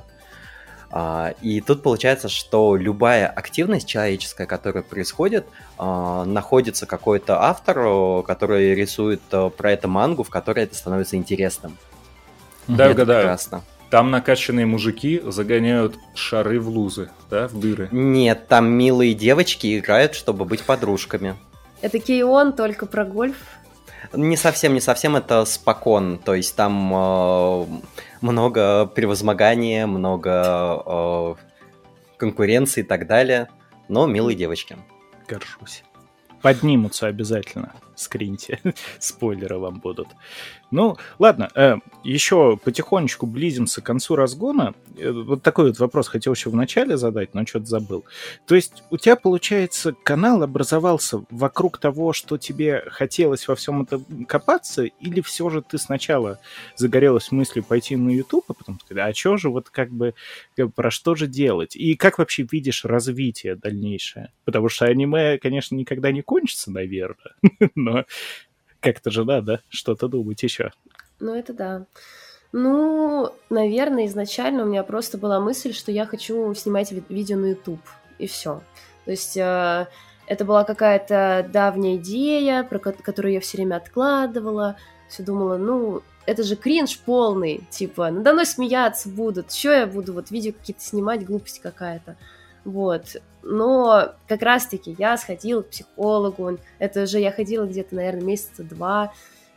И тут получается, что любая активность человеческая, которая происходит, находится какой-то автор, который рисует про это мангу, в которой это становится интересным. Да, угадаю. Прекрасно. Там накачанные мужики загоняют шары в лузы, да, в дыры? Нет, там милые девочки играют, чтобы быть подружками. Это Кей-Он, только про гольф? Не совсем, это спокон. То есть там много превозмогания, много конкуренции и так далее. Но милые девочки. Горжусь. Поднимутся обязательно. Скриньте. Спойлеры вам будут. Ну, ладно. Еще потихонечку близимся к концу разгона. Вот такой вот вопрос хотел еще в начале задать, но что-то забыл. То есть у тебя, получается, канал образовался вокруг того, что тебе хотелось во всем этом копаться, или все же ты сначала загорелась мыслью пойти на YouTube, а потом сказать, а что же вот как бы про что же делать? И как вообще видишь развитие дальнейшее? Потому что аниме, конечно, никогда не кончится, наверное, но как-то же надо что-то думать еще. Ну, это да. Ну, наверное, изначально у меня просто была мысль, что я хочу снимать видео на YouTube, и все. То есть это была какая-то давняя идея, про которую я все время откладывала, все думала, это же кринж полный, типа, надо мной смеяться будут, что я буду вот видео какие-то снимать, глупость какая-то. Вот, но как раз-таки я сходила к психологу, это же я ходила где-то, наверное, месяца 2,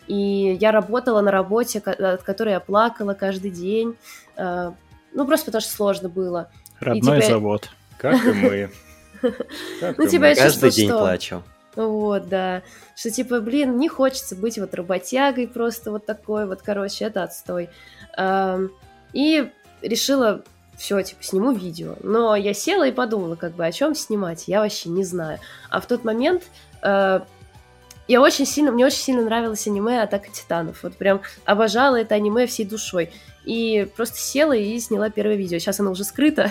И я работала на работе, от которой я плакала каждый день. Ну, просто потому что сложно было. Родной завод. Как и мы. Ну, типа, я Каждый чувствовала, день что... плачу. Вот, да. Что, типа, блин, не хочется быть вот работягой просто вот такой вот, короче, это отстой. И решила, все, типа, сниму видео. Но я села и подумала, как бы, о чем снимать, я вообще не знаю. А в тот момент мне очень сильно нравилось аниме «Атака Титанов». Вот прям обожала это аниме всей душой. И просто села и сняла первое видео. Сейчас оно уже скрыто.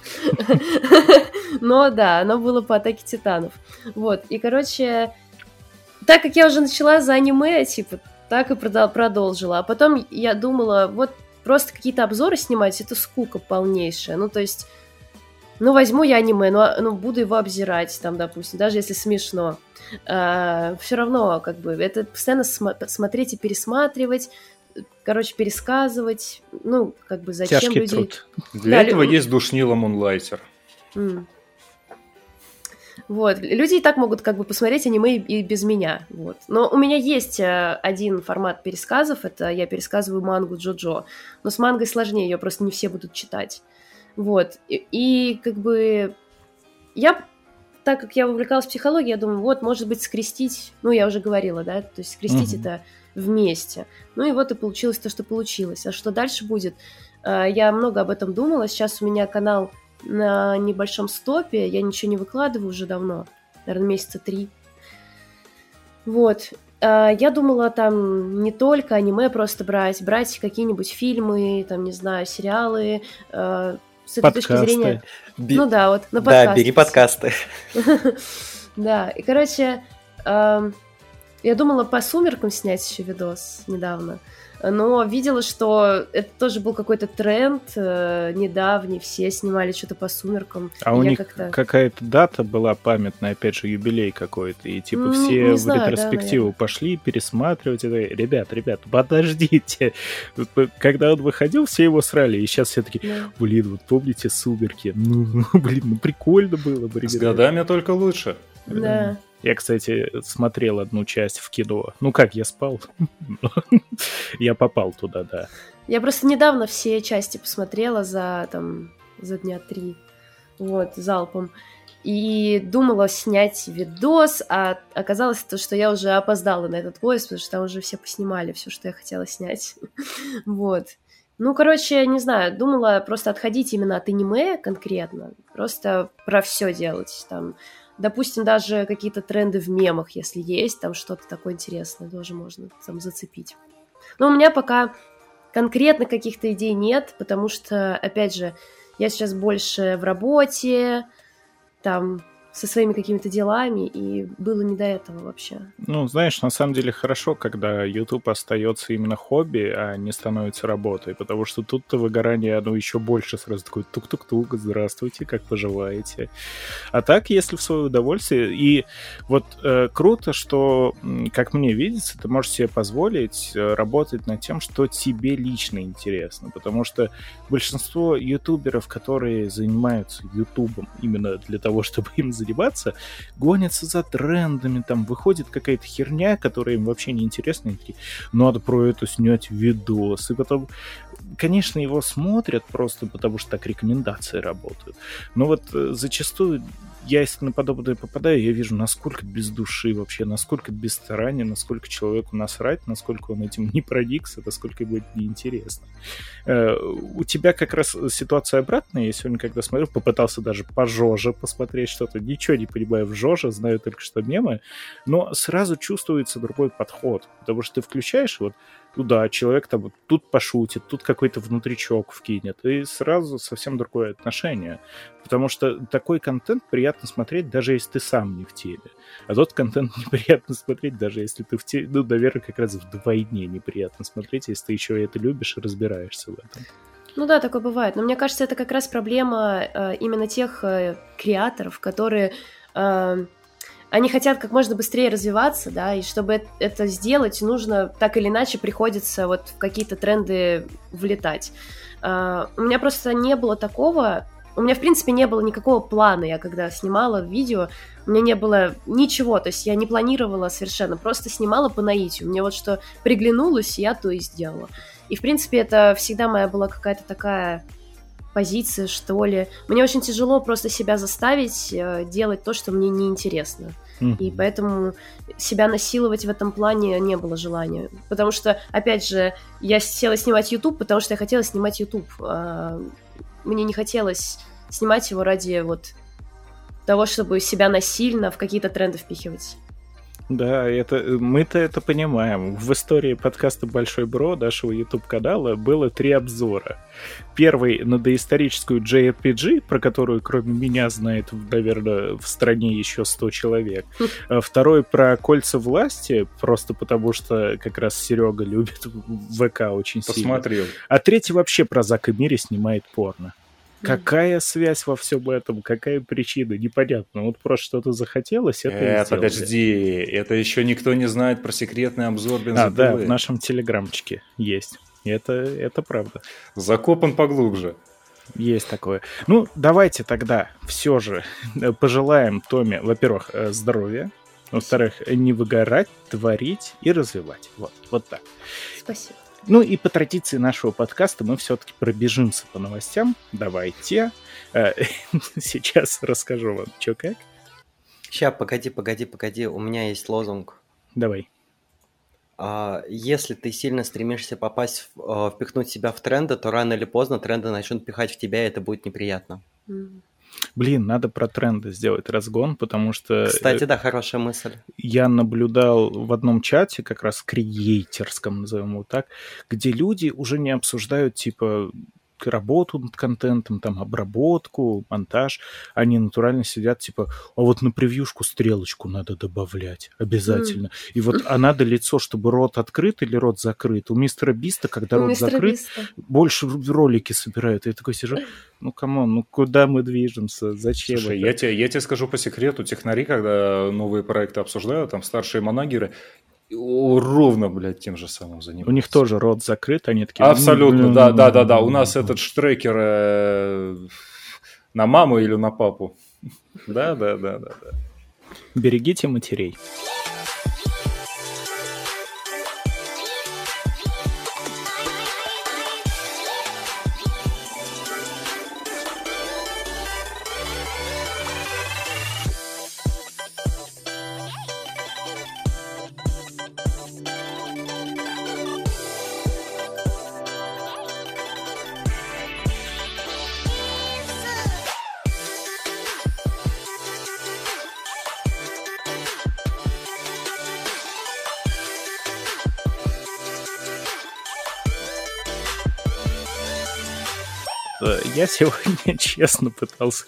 Но да, оно было по «Атаке Титанов». Вот, и, короче, так как я уже начала за аниме, типа, так и продолжила. А потом я думала, вот просто какие-то обзоры снимать, это скука полнейшая. Ну, то есть, ну, возьму я аниме, ну, буду его обзирать, там, допустим, даже если смешно. Все равно, как бы, это постоянно смотреть и пересматривать, короче, пересказывать, ну, как бы, зачем Тяжкий люди... труд. Для этого есть душнило Moonlighter. Вот, люди и так могут как бы посмотреть аниме и без меня, вот. Но у меня есть один формат пересказов, это я пересказываю мангу Джоджо, но с мангой сложнее, ее просто не все будут читать, вот. И как бы так как я увлекалась психологией, я думаю, вот, может быть, скрестить, ну, я уже говорила, да, то есть скрестить это вместе. Ну, и вот и получилось то, что получилось. А что дальше будет? Я много об этом думала, сейчас у меня канал на небольшом стопе, я ничего не выкладываю уже давно, наверное, месяца 3. Вот. Я думала там не только аниме просто брать какие-нибудь фильмы, там, не знаю, сериалы, с этой точки зрения... Ну да, вот на подкасты. Да, бери подкасты. Да, и, короче, я думала по «Сумеркам» снять еще видос недавно, но видела, что это тоже был какой-то тренд недавний, все снимали что-то по «Сумеркам». А у них какая-то дата была памятная, опять же, юбилей какой-то, и типа все в ретроспективу пошли пересматривать. Это, ребят, подождите. Когда он выходил, все его срали, и сейчас все такие, блин, вот помните «Сумерки»? Ну, блин, прикольно было бы, ребята. С годами только лучше. Да. Я, кстати, смотрел одну часть в кино. Ну как, я спал? Я попал туда, да. Я просто недавно все части посмотрела за дня 3. Вот, залпом. И думала снять видос, а оказалось то, что я уже опоздала на этот поезд, потому что там уже все поснимали все, что я хотела снять. Вот. Ну, короче, не знаю, думала просто отходить именно от аниме конкретно, просто про все делать, там... Допустим, даже какие-то тренды в мемах, если есть, там что-то такое интересное, тоже можно там зацепить. Но у меня пока конкретно каких-то идей нет, потому что, опять же, я сейчас больше в работе, там, со своими какими-то делами, и было не до этого вообще. Ну, знаешь, на самом деле хорошо, когда YouTube остается именно хобби, а не становится работой, потому что тут-то выгорание, оно еще больше сразу такое тук-тук-тук, здравствуйте, как поживаете. А так, если в свое удовольствие, и вот круто, что, как мне видится, ты можешь себе позволить работать над тем, что тебе лично интересно, потому что большинство ютуберов, которые занимаются ютубом именно для того, чтобы им заниматься, гонятся за трендами, там выходит какая-то херня, которая им вообще не интересна, и такие, надо про это снять видос, и потом, конечно, его смотрят просто потому, что так рекомендации работают, но вот зачастую я, если на подобное попадаю, я вижу, насколько без души вообще, насколько без старания, насколько человеку насрать, насколько он этим не проникся, насколько ему это неинтересно. У тебя как раз ситуация обратная. Я сегодня, когда смотрел, попытался даже по Жоже посмотреть что-то. Ничего не понимаю в Жоже, знаю только что мемы, но сразу чувствуется другой подход, потому что ты включаешь, вот, ну да, человек там вот тут пошутит, тут какой-то внутричок вкинет, и сразу совсем другое отношение. Потому что такой контент приятно смотреть, даже если ты сам не в теме. А тот контент неприятно смотреть, даже если ты в теме. Ну, наверное, как раз вдвойне неприятно смотреть, если ты еще и это любишь и разбираешься в этом. Ну да, такое бывает. Но мне кажется, это как раз проблема именно тех креаторов, которые... Они хотят как можно быстрее развиваться, да, и чтобы это сделать, нужно так или иначе приходится вот в какие-то тренды влетать. У меня просто не было такого, У меня, в принципе, не было никакого плана. Я когда снимала видео, у меня не было ничего. То есть я не планировала совершенно. Просто снимала по наитию. Мне вот что приглянулось, я то и сделала. И, в принципе, это всегда моя была какая-то такая позиция, что ли. Мне очень тяжело просто себя заставить делать то, что мне неинтересно. И поэтому себя насиловать в этом плане не было желания. Потому что, опять же, я села снимать YouTube, потому что я хотела снимать YouTube. Мне не хотелось снимать его ради вот того, чтобы себя насильно в какие-то тренды впихивать. Да, мы-то это понимаем. В истории подкаста «Большой Бро» нашего YouTube-канала было 3 обзора. Первый на доисторическую JRPG, про которую кроме меня знает, наверное, в стране еще 100 человек. Второй про «Кольца власти», просто потому что как раз Серега любит ВК очень сильно. Посмотрел. А третий вообще про Зак и Мири снимает порно. Какая связь во всем этом? Какая причина? Непонятно. Вот просто что-то захотелось, это подожди, это еще никто не знает про секретный обзор бензопилы. Да, в нашем телеграмчике есть. Это правда. Закопан поглубже. Есть такое. Ну, давайте тогда все же пожелаем Томе, во-первых, здоровья, во-вторых, не выгорать, творить и развивать. Вот так. Спасибо. Ну и по традиции нашего подкаста мы все-таки пробежимся по новостям. Давайте. Сейчас расскажу вам, что как. Сейчас, погоди. У меня есть лозунг. Давай. Если ты сильно стремишься впихнуть себя в тренды, то рано или поздно тренды начнут пихать в тебя, и это будет неприятно. Блин, надо про тренды сделать разгон, потому что... Кстати, да, хорошая мысль. Я наблюдал в одном чате, как раз креаторском, назовем его так, где люди уже не обсуждают, типа, работу над контентом, там, обработку, монтаж. Они натурально сидят, типа, а вот на превьюшку стрелочку надо добавлять обязательно. И вот надо лицо, чтобы рот открыт или рот закрыт. У мистера Биста, когда рот закрыт, больше ролики собирают. Я такой сижу, ну, камон, ну, куда мы движемся? Зачем? Слушай, я тебе скажу по секрету, технари, когда новые проекты обсуждают, там, старшие манагеры, ровно, блядь, тем же самым занимаются. У них тоже рот закрыт, они такие... Абсолютно, да. У нас этот штрекер на маму или на папу. Да. Берегите матерей. Я сегодня честно пытался,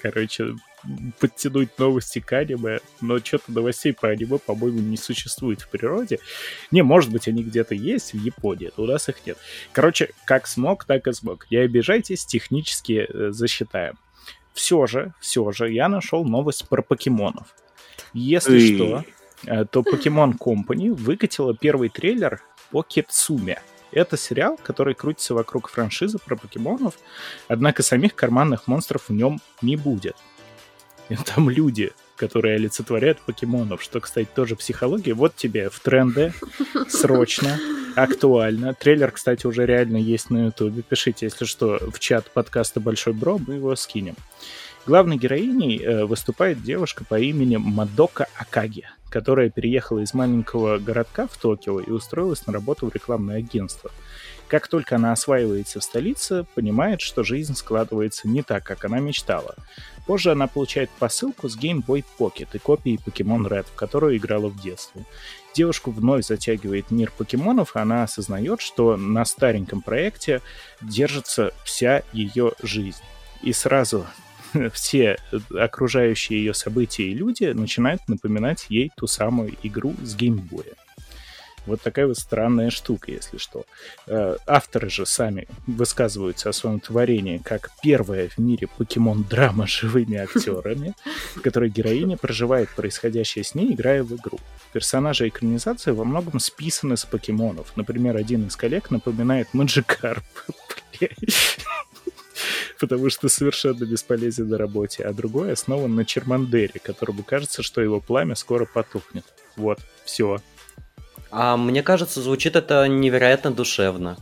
подтянуть новости к аниме, но что-то новостей по аниме, по-моему, не существует в природе. Не, может быть, они где-то есть в Японии, но у нас их нет. Как смог, так и смог. Не обижайтесь, технически засчитаем. Все же, я нашел новость про покемонов. Если что, то Pokemon Company выкатила первый трейлер по Кицуме. Это сериал, который крутится вокруг франшизы про покемонов, однако самих карманных монстров в нем не будет. И там люди, которые олицетворяют покемонов, что, кстати, тоже психология. Вот тебе в тренды, срочно, актуально. Трейлер, кстати, уже реально есть на Ютубе. Пишите, если что, в чат подкаста «Большой Бро», мы его скинем. Главной героиней выступает девушка по имени Мадока Акаги, которая переехала из маленького городка в Токио и устроилась на работу в рекламное агентство. Как только она осваивается в столице, понимает, что жизнь складывается не так, как она мечтала. Позже она получает посылку с Game Boy Pocket и копией Pokemon Red, в которую играла в детстве. Девушку вновь затягивает мир покемонов, и она осознает, что на стареньком проекте держится вся ее жизнь. И сразу все окружающие ее события и люди начинают напоминать ей ту самую игру с геймбоя. Вот такая вот странная штука, если что. Авторы же сами высказываются о своем творении как первая в мире покемон-драма с живыми актерами, в которой героиня проживает происходящее с ней, играя в игру. Персонажи экранизации во многом списаны с покемонов. Например, один из коллег напоминает Маджикарп. потому что совершенно бесполезен на работе, а другой основан на Чермандере, которому кажется, что его пламя скоро потухнет. Вот, все. А мне кажется, звучит это невероятно душевно.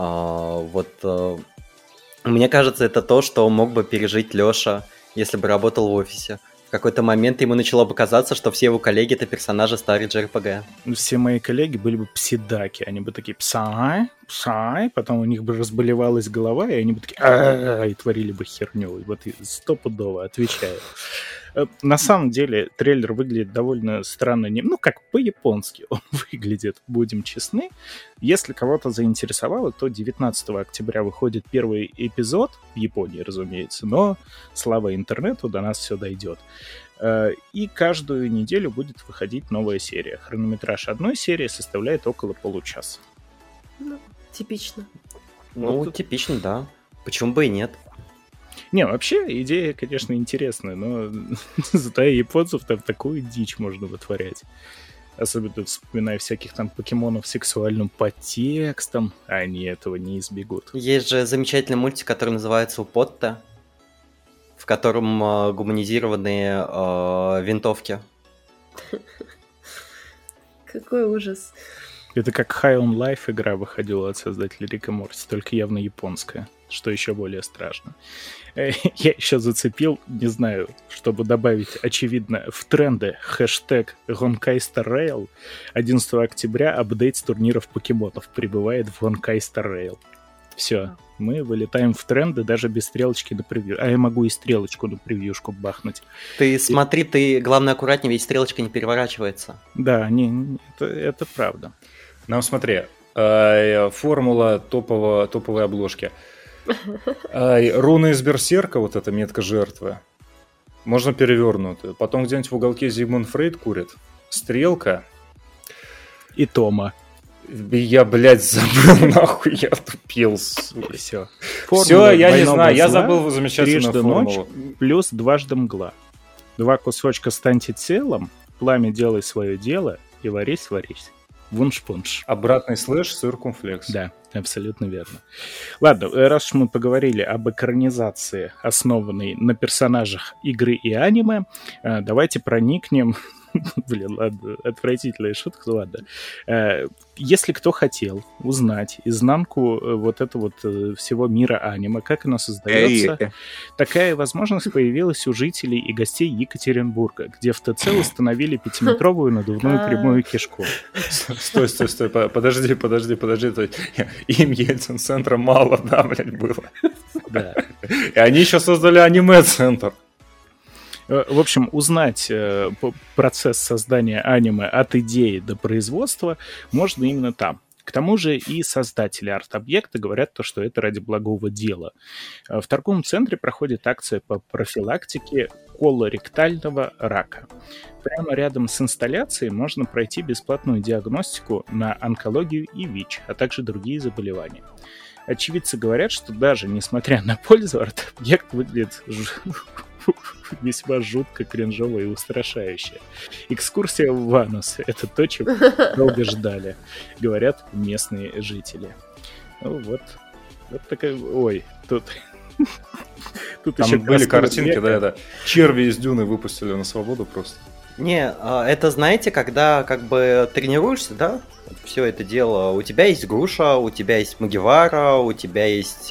Мне кажется, это то, что мог бы пережить Лёша, если бы работал в офисе. В какой-то момент ему начало бы казаться, что все его коллеги — это персонажи старой JRPG. Все мои коллеги были бы псидаки. Они бы такие «псай», «псай», потом у них бы разболевалась голова, и они бы такие «а-а-а», и творили бы херню. Вот стопудово, отвечаю. На самом деле трейлер выглядит довольно странно, как по-японски он выглядит, будем честны. Если кого-то заинтересовало, то 19 октября выходит первый эпизод, в Японии, разумеется, но слава интернету, до нас все дойдет. И каждую неделю будет выходить новая серия. Хронометраж одной серии составляет около получаса. Типично. Типично, да. Почему бы и нет? Не, вообще, идея, конечно, интересная, но зато японцев там такую дичь можно вытворять. Особенно вспоминая всяких там покемонов с сексуальным подтекстом, они этого не избегут. Есть же замечательный мультик, который называется «Употта», в котором гуманизированные винтовки. Какой ужас. Это как High on Life игра выходила от создателя Рика Морти, только явно японская, что еще более страшно. Я еще зацепил, не знаю, чтобы добавить, очевидно, в тренды хэштег Honkai Star Rail. 11 октября апдейт с турниров покемонов прибывает в Honkai Star Rail. Все, мы вылетаем в тренды даже без стрелочки на превью. А я могу и стрелочку на превьюшку бахнуть. Ты смотри, ты, главное, аккуратнее, ведь стрелочка не переворачивается. Да, это правда. Ну, смотри, формула топовой обложки. Руна из Берсерка, вот эта метка жертвы, можно перевернутую. Потом где-нибудь в уголке Зигмунд Фрейд курит. Стрелка. И Тома. Я, забыл, нахуй, я тупил. Все. Все, я не знаю, я забыл замечательную формулу. Ночь плюс дважды мгла. 2 кусочка станьте телом, пламя делай свое дело и варись. Вунш-пунш. Обратный слэш, циркумфлекс. Да, абсолютно верно. Ладно, раз уж мы поговорили об экранизации, основанной на персонажах игры и аниме, давайте проникнем... Блин, ладно, отвратительная шутка, ладно. Если кто хотел узнать изнанку вот этого всего мира аниме, как оно создается, такая возможность появилась у жителей и гостей Екатеринбурга, где в ТЦ установили 5-метровую надувную прямую кишку. Стой, подожди. Им Ельцин-центра мало, да, блядь, было. Да. И они еще создали аниме-центр. В общем, узнать процесс создания аниме от идеи до производства можно именно там. К тому же и создатели арт-объекта говорят, что это ради благого дела. В торговом центре проходит акция по профилактике колоректального рака. Прямо рядом с инсталляцией можно пройти бесплатную диагностику на онкологию и ВИЧ, а также другие заболевания. Очевидцы говорят, что даже несмотря на пользу, арт-объект выглядит весьма жутко, кринжово и устрашающе. Экскурсия в анус — это то, чего долго ждали, говорят местные жители. Ну вот такая... Ой, тут там еще были картинки, да, это черви из Дюны выпустили на свободу просто. Не, это, знаете, когда как бы тренируешься, да, все это дело, у тебя есть груша, у тебя есть Магивара, у тебя есть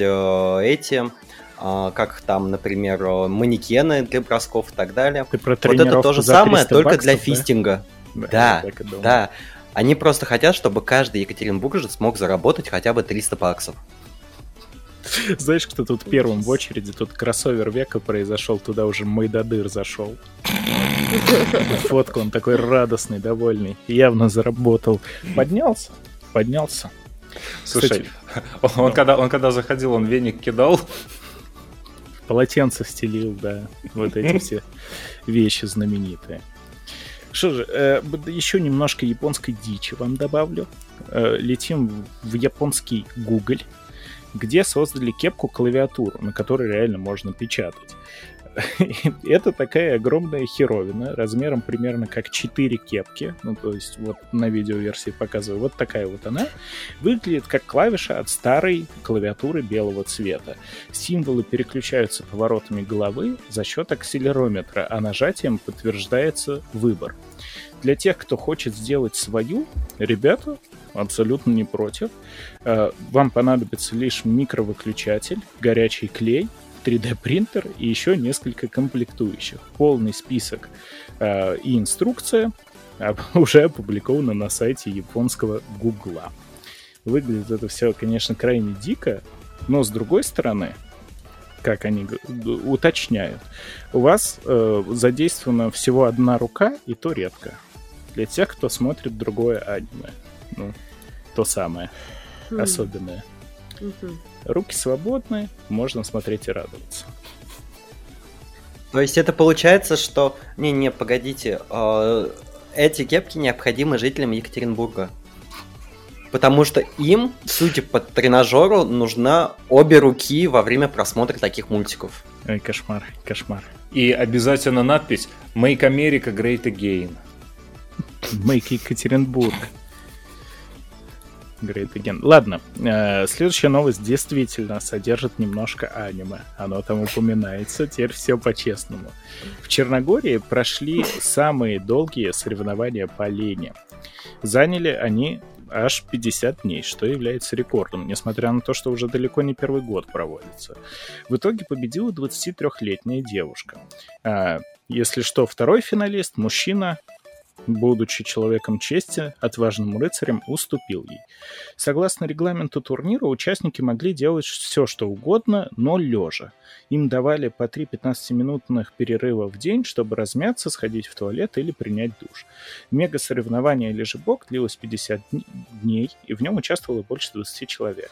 как там, например, манекены для бросков и так далее. Вот это то же самое, только для фистинга. Да. Они просто хотят, чтобы каждый екатеринбуржец смог заработать хотя бы 300 баксов. Знаешь, кто тут первым в очереди? Тут кроссовер века произошел, туда уже Майдадыр зашел. Фотку, он такой радостный, довольный. Явно заработал. Поднялся. Слушай, он когда заходил, он веник кидал. Полотенце стелил, да. Вот эти все вещи знаменитые. Что же, еще немножко японской дичи вам добавлю. Летим в японский Google, где создали кепку-клавиатуру, на которой реально можно печатать. Это такая огромная херовина, размером примерно как 4 кепки. Ну, то есть, вот на видеоверсии показываю. Вот такая вот она. Выглядит как клавиша от старой клавиатуры белого цвета. Символы переключаются поворотами головы за счет акселерометра, а нажатием подтверждается выбор. Для тех, кто хочет сделать свою, ребята абсолютно не против. Вам понадобится лишь микровыключатель, горячий клей, 3D-принтер и еще несколько комплектующих. Полный список и инструкция уже опубликована на сайте японского Гугла. Выглядит это все, конечно, крайне дико, но с другой стороны, как они уточняют, у вас задействована всего одна рука, и то редко. Для тех, кто смотрит другое аниме. Ну, то самое. Особенное. Руки свободны, можно смотреть и радоваться. То есть это получается, что... Не, погодите. Эти кепки необходимы жителям Екатеринбурга. Потому что им, судя по тренажеру, нужна обе руки во время просмотра таких мультиков. Ой, кошмар, кошмар. И обязательно надпись «Make America Great Again». Make Екатеринбург. Great Again. Ладно, следующая новость действительно содержит немножко аниме. Оно там упоминается, теперь все по-честному. В Черногории прошли самые долгие соревнования по лени. Заняли они аж 50 дней, что является рекордом, несмотря на то, что уже далеко не первый год проводится. В итоге победила 23-летняя девушка. Если что, второй финалист, мужчина, будучи человеком чести, отважным рыцарем, уступил ей. Согласно регламенту турнира, участники могли делать все, что угодно, но лежа. Им давали по 3 15-минутных перерыва в день, чтобы размяться, сходить в туалет или принять душ. Мега-соревнование лежебок длилось 50 дней, и в нем участвовало больше 20 человек.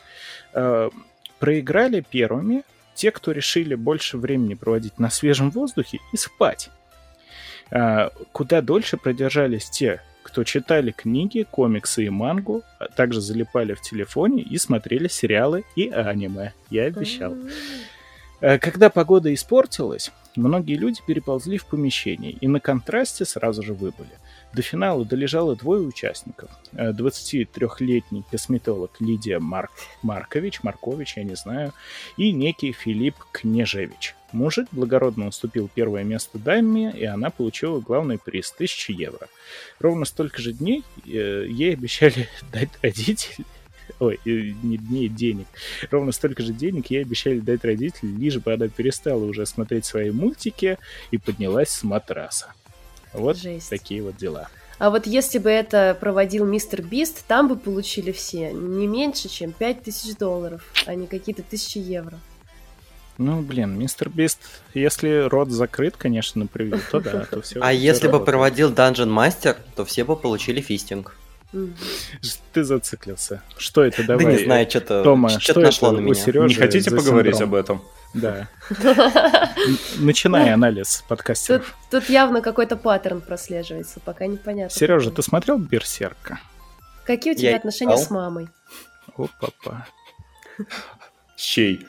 Проиграли первыми те, кто решили больше времени проводить на свежем воздухе и спать. Куда дольше продержались те, кто читали книги, комиксы и мангу, а также залипали в телефоне и смотрели сериалы и аниме. Я обещал. Когда погода испортилась, многие люди переползли в помещение и на контрасте сразу же выбыли. До финала долежало 2 участников. 23-летний косметолог Лидия Маркович, я не знаю, и некий Филипп Княжевич. Мужик благородно уступил первое место даме, и она получила главный приз — 1000 евро. Ровно столько же дней ей обещали дать родители... Ой, не дней, денег. Ровно столько же денег ей обещали дать родители, лишь бы она перестала уже смотреть свои мультики и поднялась с матраса. Вот жесть. Такие вот дела. А вот если бы это проводил Мистер Бист, там бы получили все не меньше, чем $5000, а не какие-то 1000 евро. Ну, блин, Мистер Бист, если рот закрыт, конечно, на превью, то да, то все. А если бы проводил Dungeon Master, то все бы получили фистинг. Ты зациклился. Что это, давай? Да не знаю, что-то Тома, что нашло на меня. Сережи не хотите поговорить об этом? Да. Начинай анализ подкастеров. Тут явно какой-то паттерн прослеживается, пока непонятно. Сережа, ты смотрел «Берсерка»? Какие у тебя отношения с мамой? О, папа. С чей?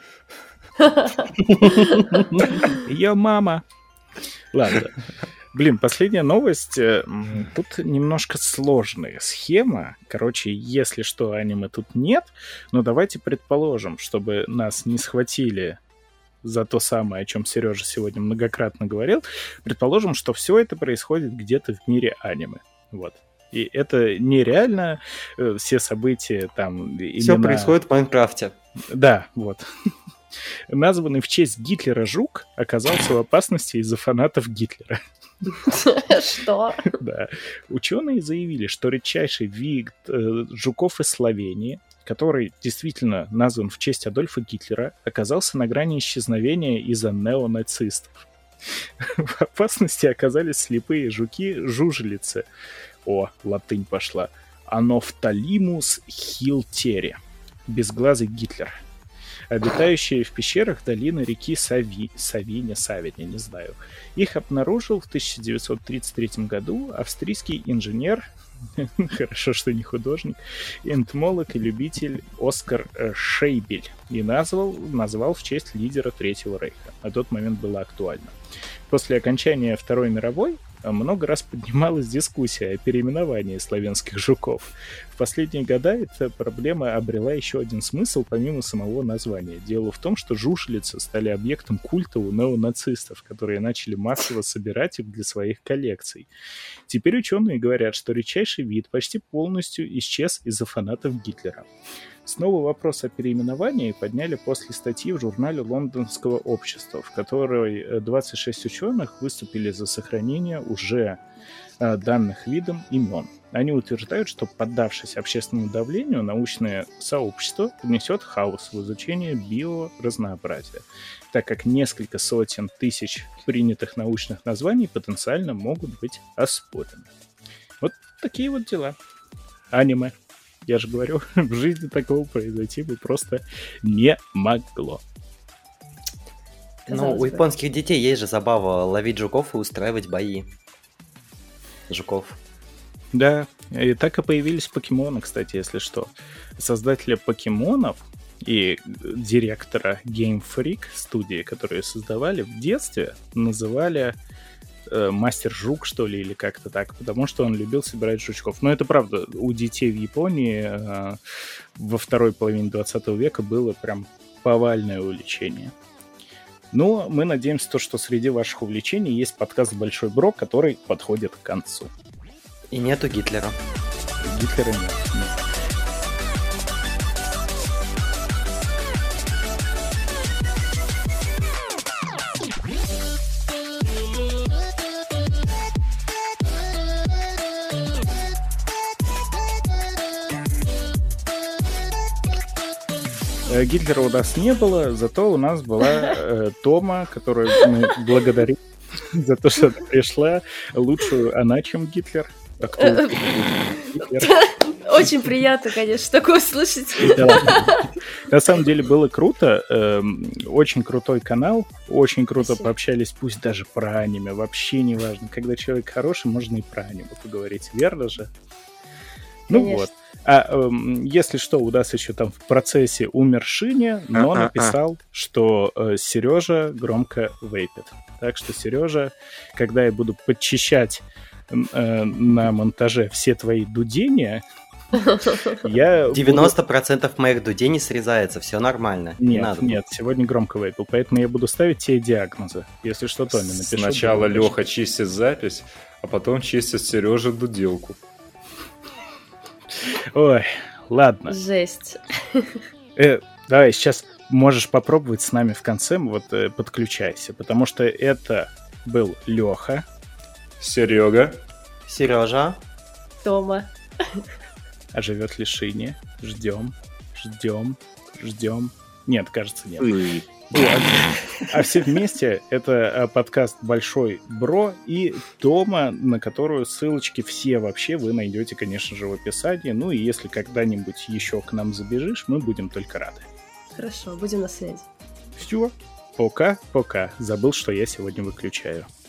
Ее мама. Ладно. Блин, последняя новость. Тут немножко сложная схема. Короче, если что, аниме тут нет. Но давайте предположим, чтобы нас не схватили за то самое, о чем Сережа сегодня многократно говорил. Предположим, что все это происходит где-то в мире аниме. Вот. И это нереально. Все события там... Все происходит в Майнкрафте. Да, вот. Названный в честь Гитлера жук оказался в опасности из-за фанатов Гитлера. Что? Да. Ученые заявили, что редчайший вид жуков из Словении, который действительно назван в честь Адольфа Гитлера, оказался на грани исчезновения из-за неонацистов. В опасности оказались слепые жуки-жужелицы. О, латынь пошла. Анофталимус хилтери. Безглазый Гитлер. Обитающие в пещерах долины реки Савиня, не знаю. Их обнаружил в 1933 году австрийский инженер хорошо, что не художник, энтомолог и любитель Оскар Шейбель, и назвал в честь лидера Третьего Рейха. На тот момент было актуально. После окончания Второй мировой много раз поднималась дискуссия о переименовании славянских жуков. В последние годы эта проблема обрела еще один смысл, помимо самого названия. Дело в том, что жушелицы стали объектом культа у неонацистов, которые начали массово собирать их для своих коллекций. Теперь ученые говорят, что редчайший вид почти полностью исчез из-за фанатов Гитлера. Снова вопрос о переименовании подняли после статьи в журнале Лондонского общества, в которой 26 ученых выступили за сохранение уже данных видом имен. Они утверждают, что, поддавшись общественному давлению, научное сообщество внесет хаос в изучение биоразнообразия, так как несколько сотен тысяч принятых научных названий потенциально могут быть оспорены. Вот такие вот дела. Аниме. Я же говорю, в жизни такого произойти бы просто не могло. Ну, у японских детей есть же забава ловить жуков и устраивать бои. Жуков. Да, и так и появились покемоны, кстати, если что. Создателя покемонов и директора Game Freak студии, которые создавали в детстве, называли Мастер Жук, что ли, или как-то так, потому что он любил собирать жучков. Но это правда, у детей в Японии во второй половине 20 века было прям повальное увлечение. Но мы надеемся, что среди ваших увлечений есть подкаст «Большой Бро», который подходит к концу. И нету Гитлера. Гитлера нет. Гитлера у нас не было, зато у нас была Тома, которую мы благодарим за то, что она пришла. Лучше она, чем Гитлер. А кто Гитлер? Очень приятно, конечно, такое слышать. На самом деле было круто. Очень крутой канал. Очень круто пообщались, пусть даже про аниме. Вообще не важно. Когда человек хороший, можно и про аниме поговорить. Верно же? Ну вот. А если что, у нас еще там в процессе умер Шиня, но написал, что Сережа громко вейпит. Так что, Сережа, когда я буду подчищать на монтаже все твои дудения, я 90% моих дудений срезается, все нормально. Нет, сегодня громко вейпил, поэтому я буду ставить тебе диагнозы. Если что, Томе напишу. Сначала Леха чистит запись, а потом чистит Сережа дуделку. Ой, ладно. Жесть. Давай, сейчас можешь попробовать с нами в конце, вот подключайся, потому что это был Леха, Серега, Сережа, Тома. А живет ли Шиня? Ждем. Нет, кажется, нет. А все вместе это подкаст «Большой Бро» и Тома, на которую ссылочки все вообще вы найдете, конечно же, в описании. Ну и если когда-нибудь еще к нам забежишь, мы будем только рады. Хорошо, будем на связи. Все, пока. Забыл, что я сегодня выключаю.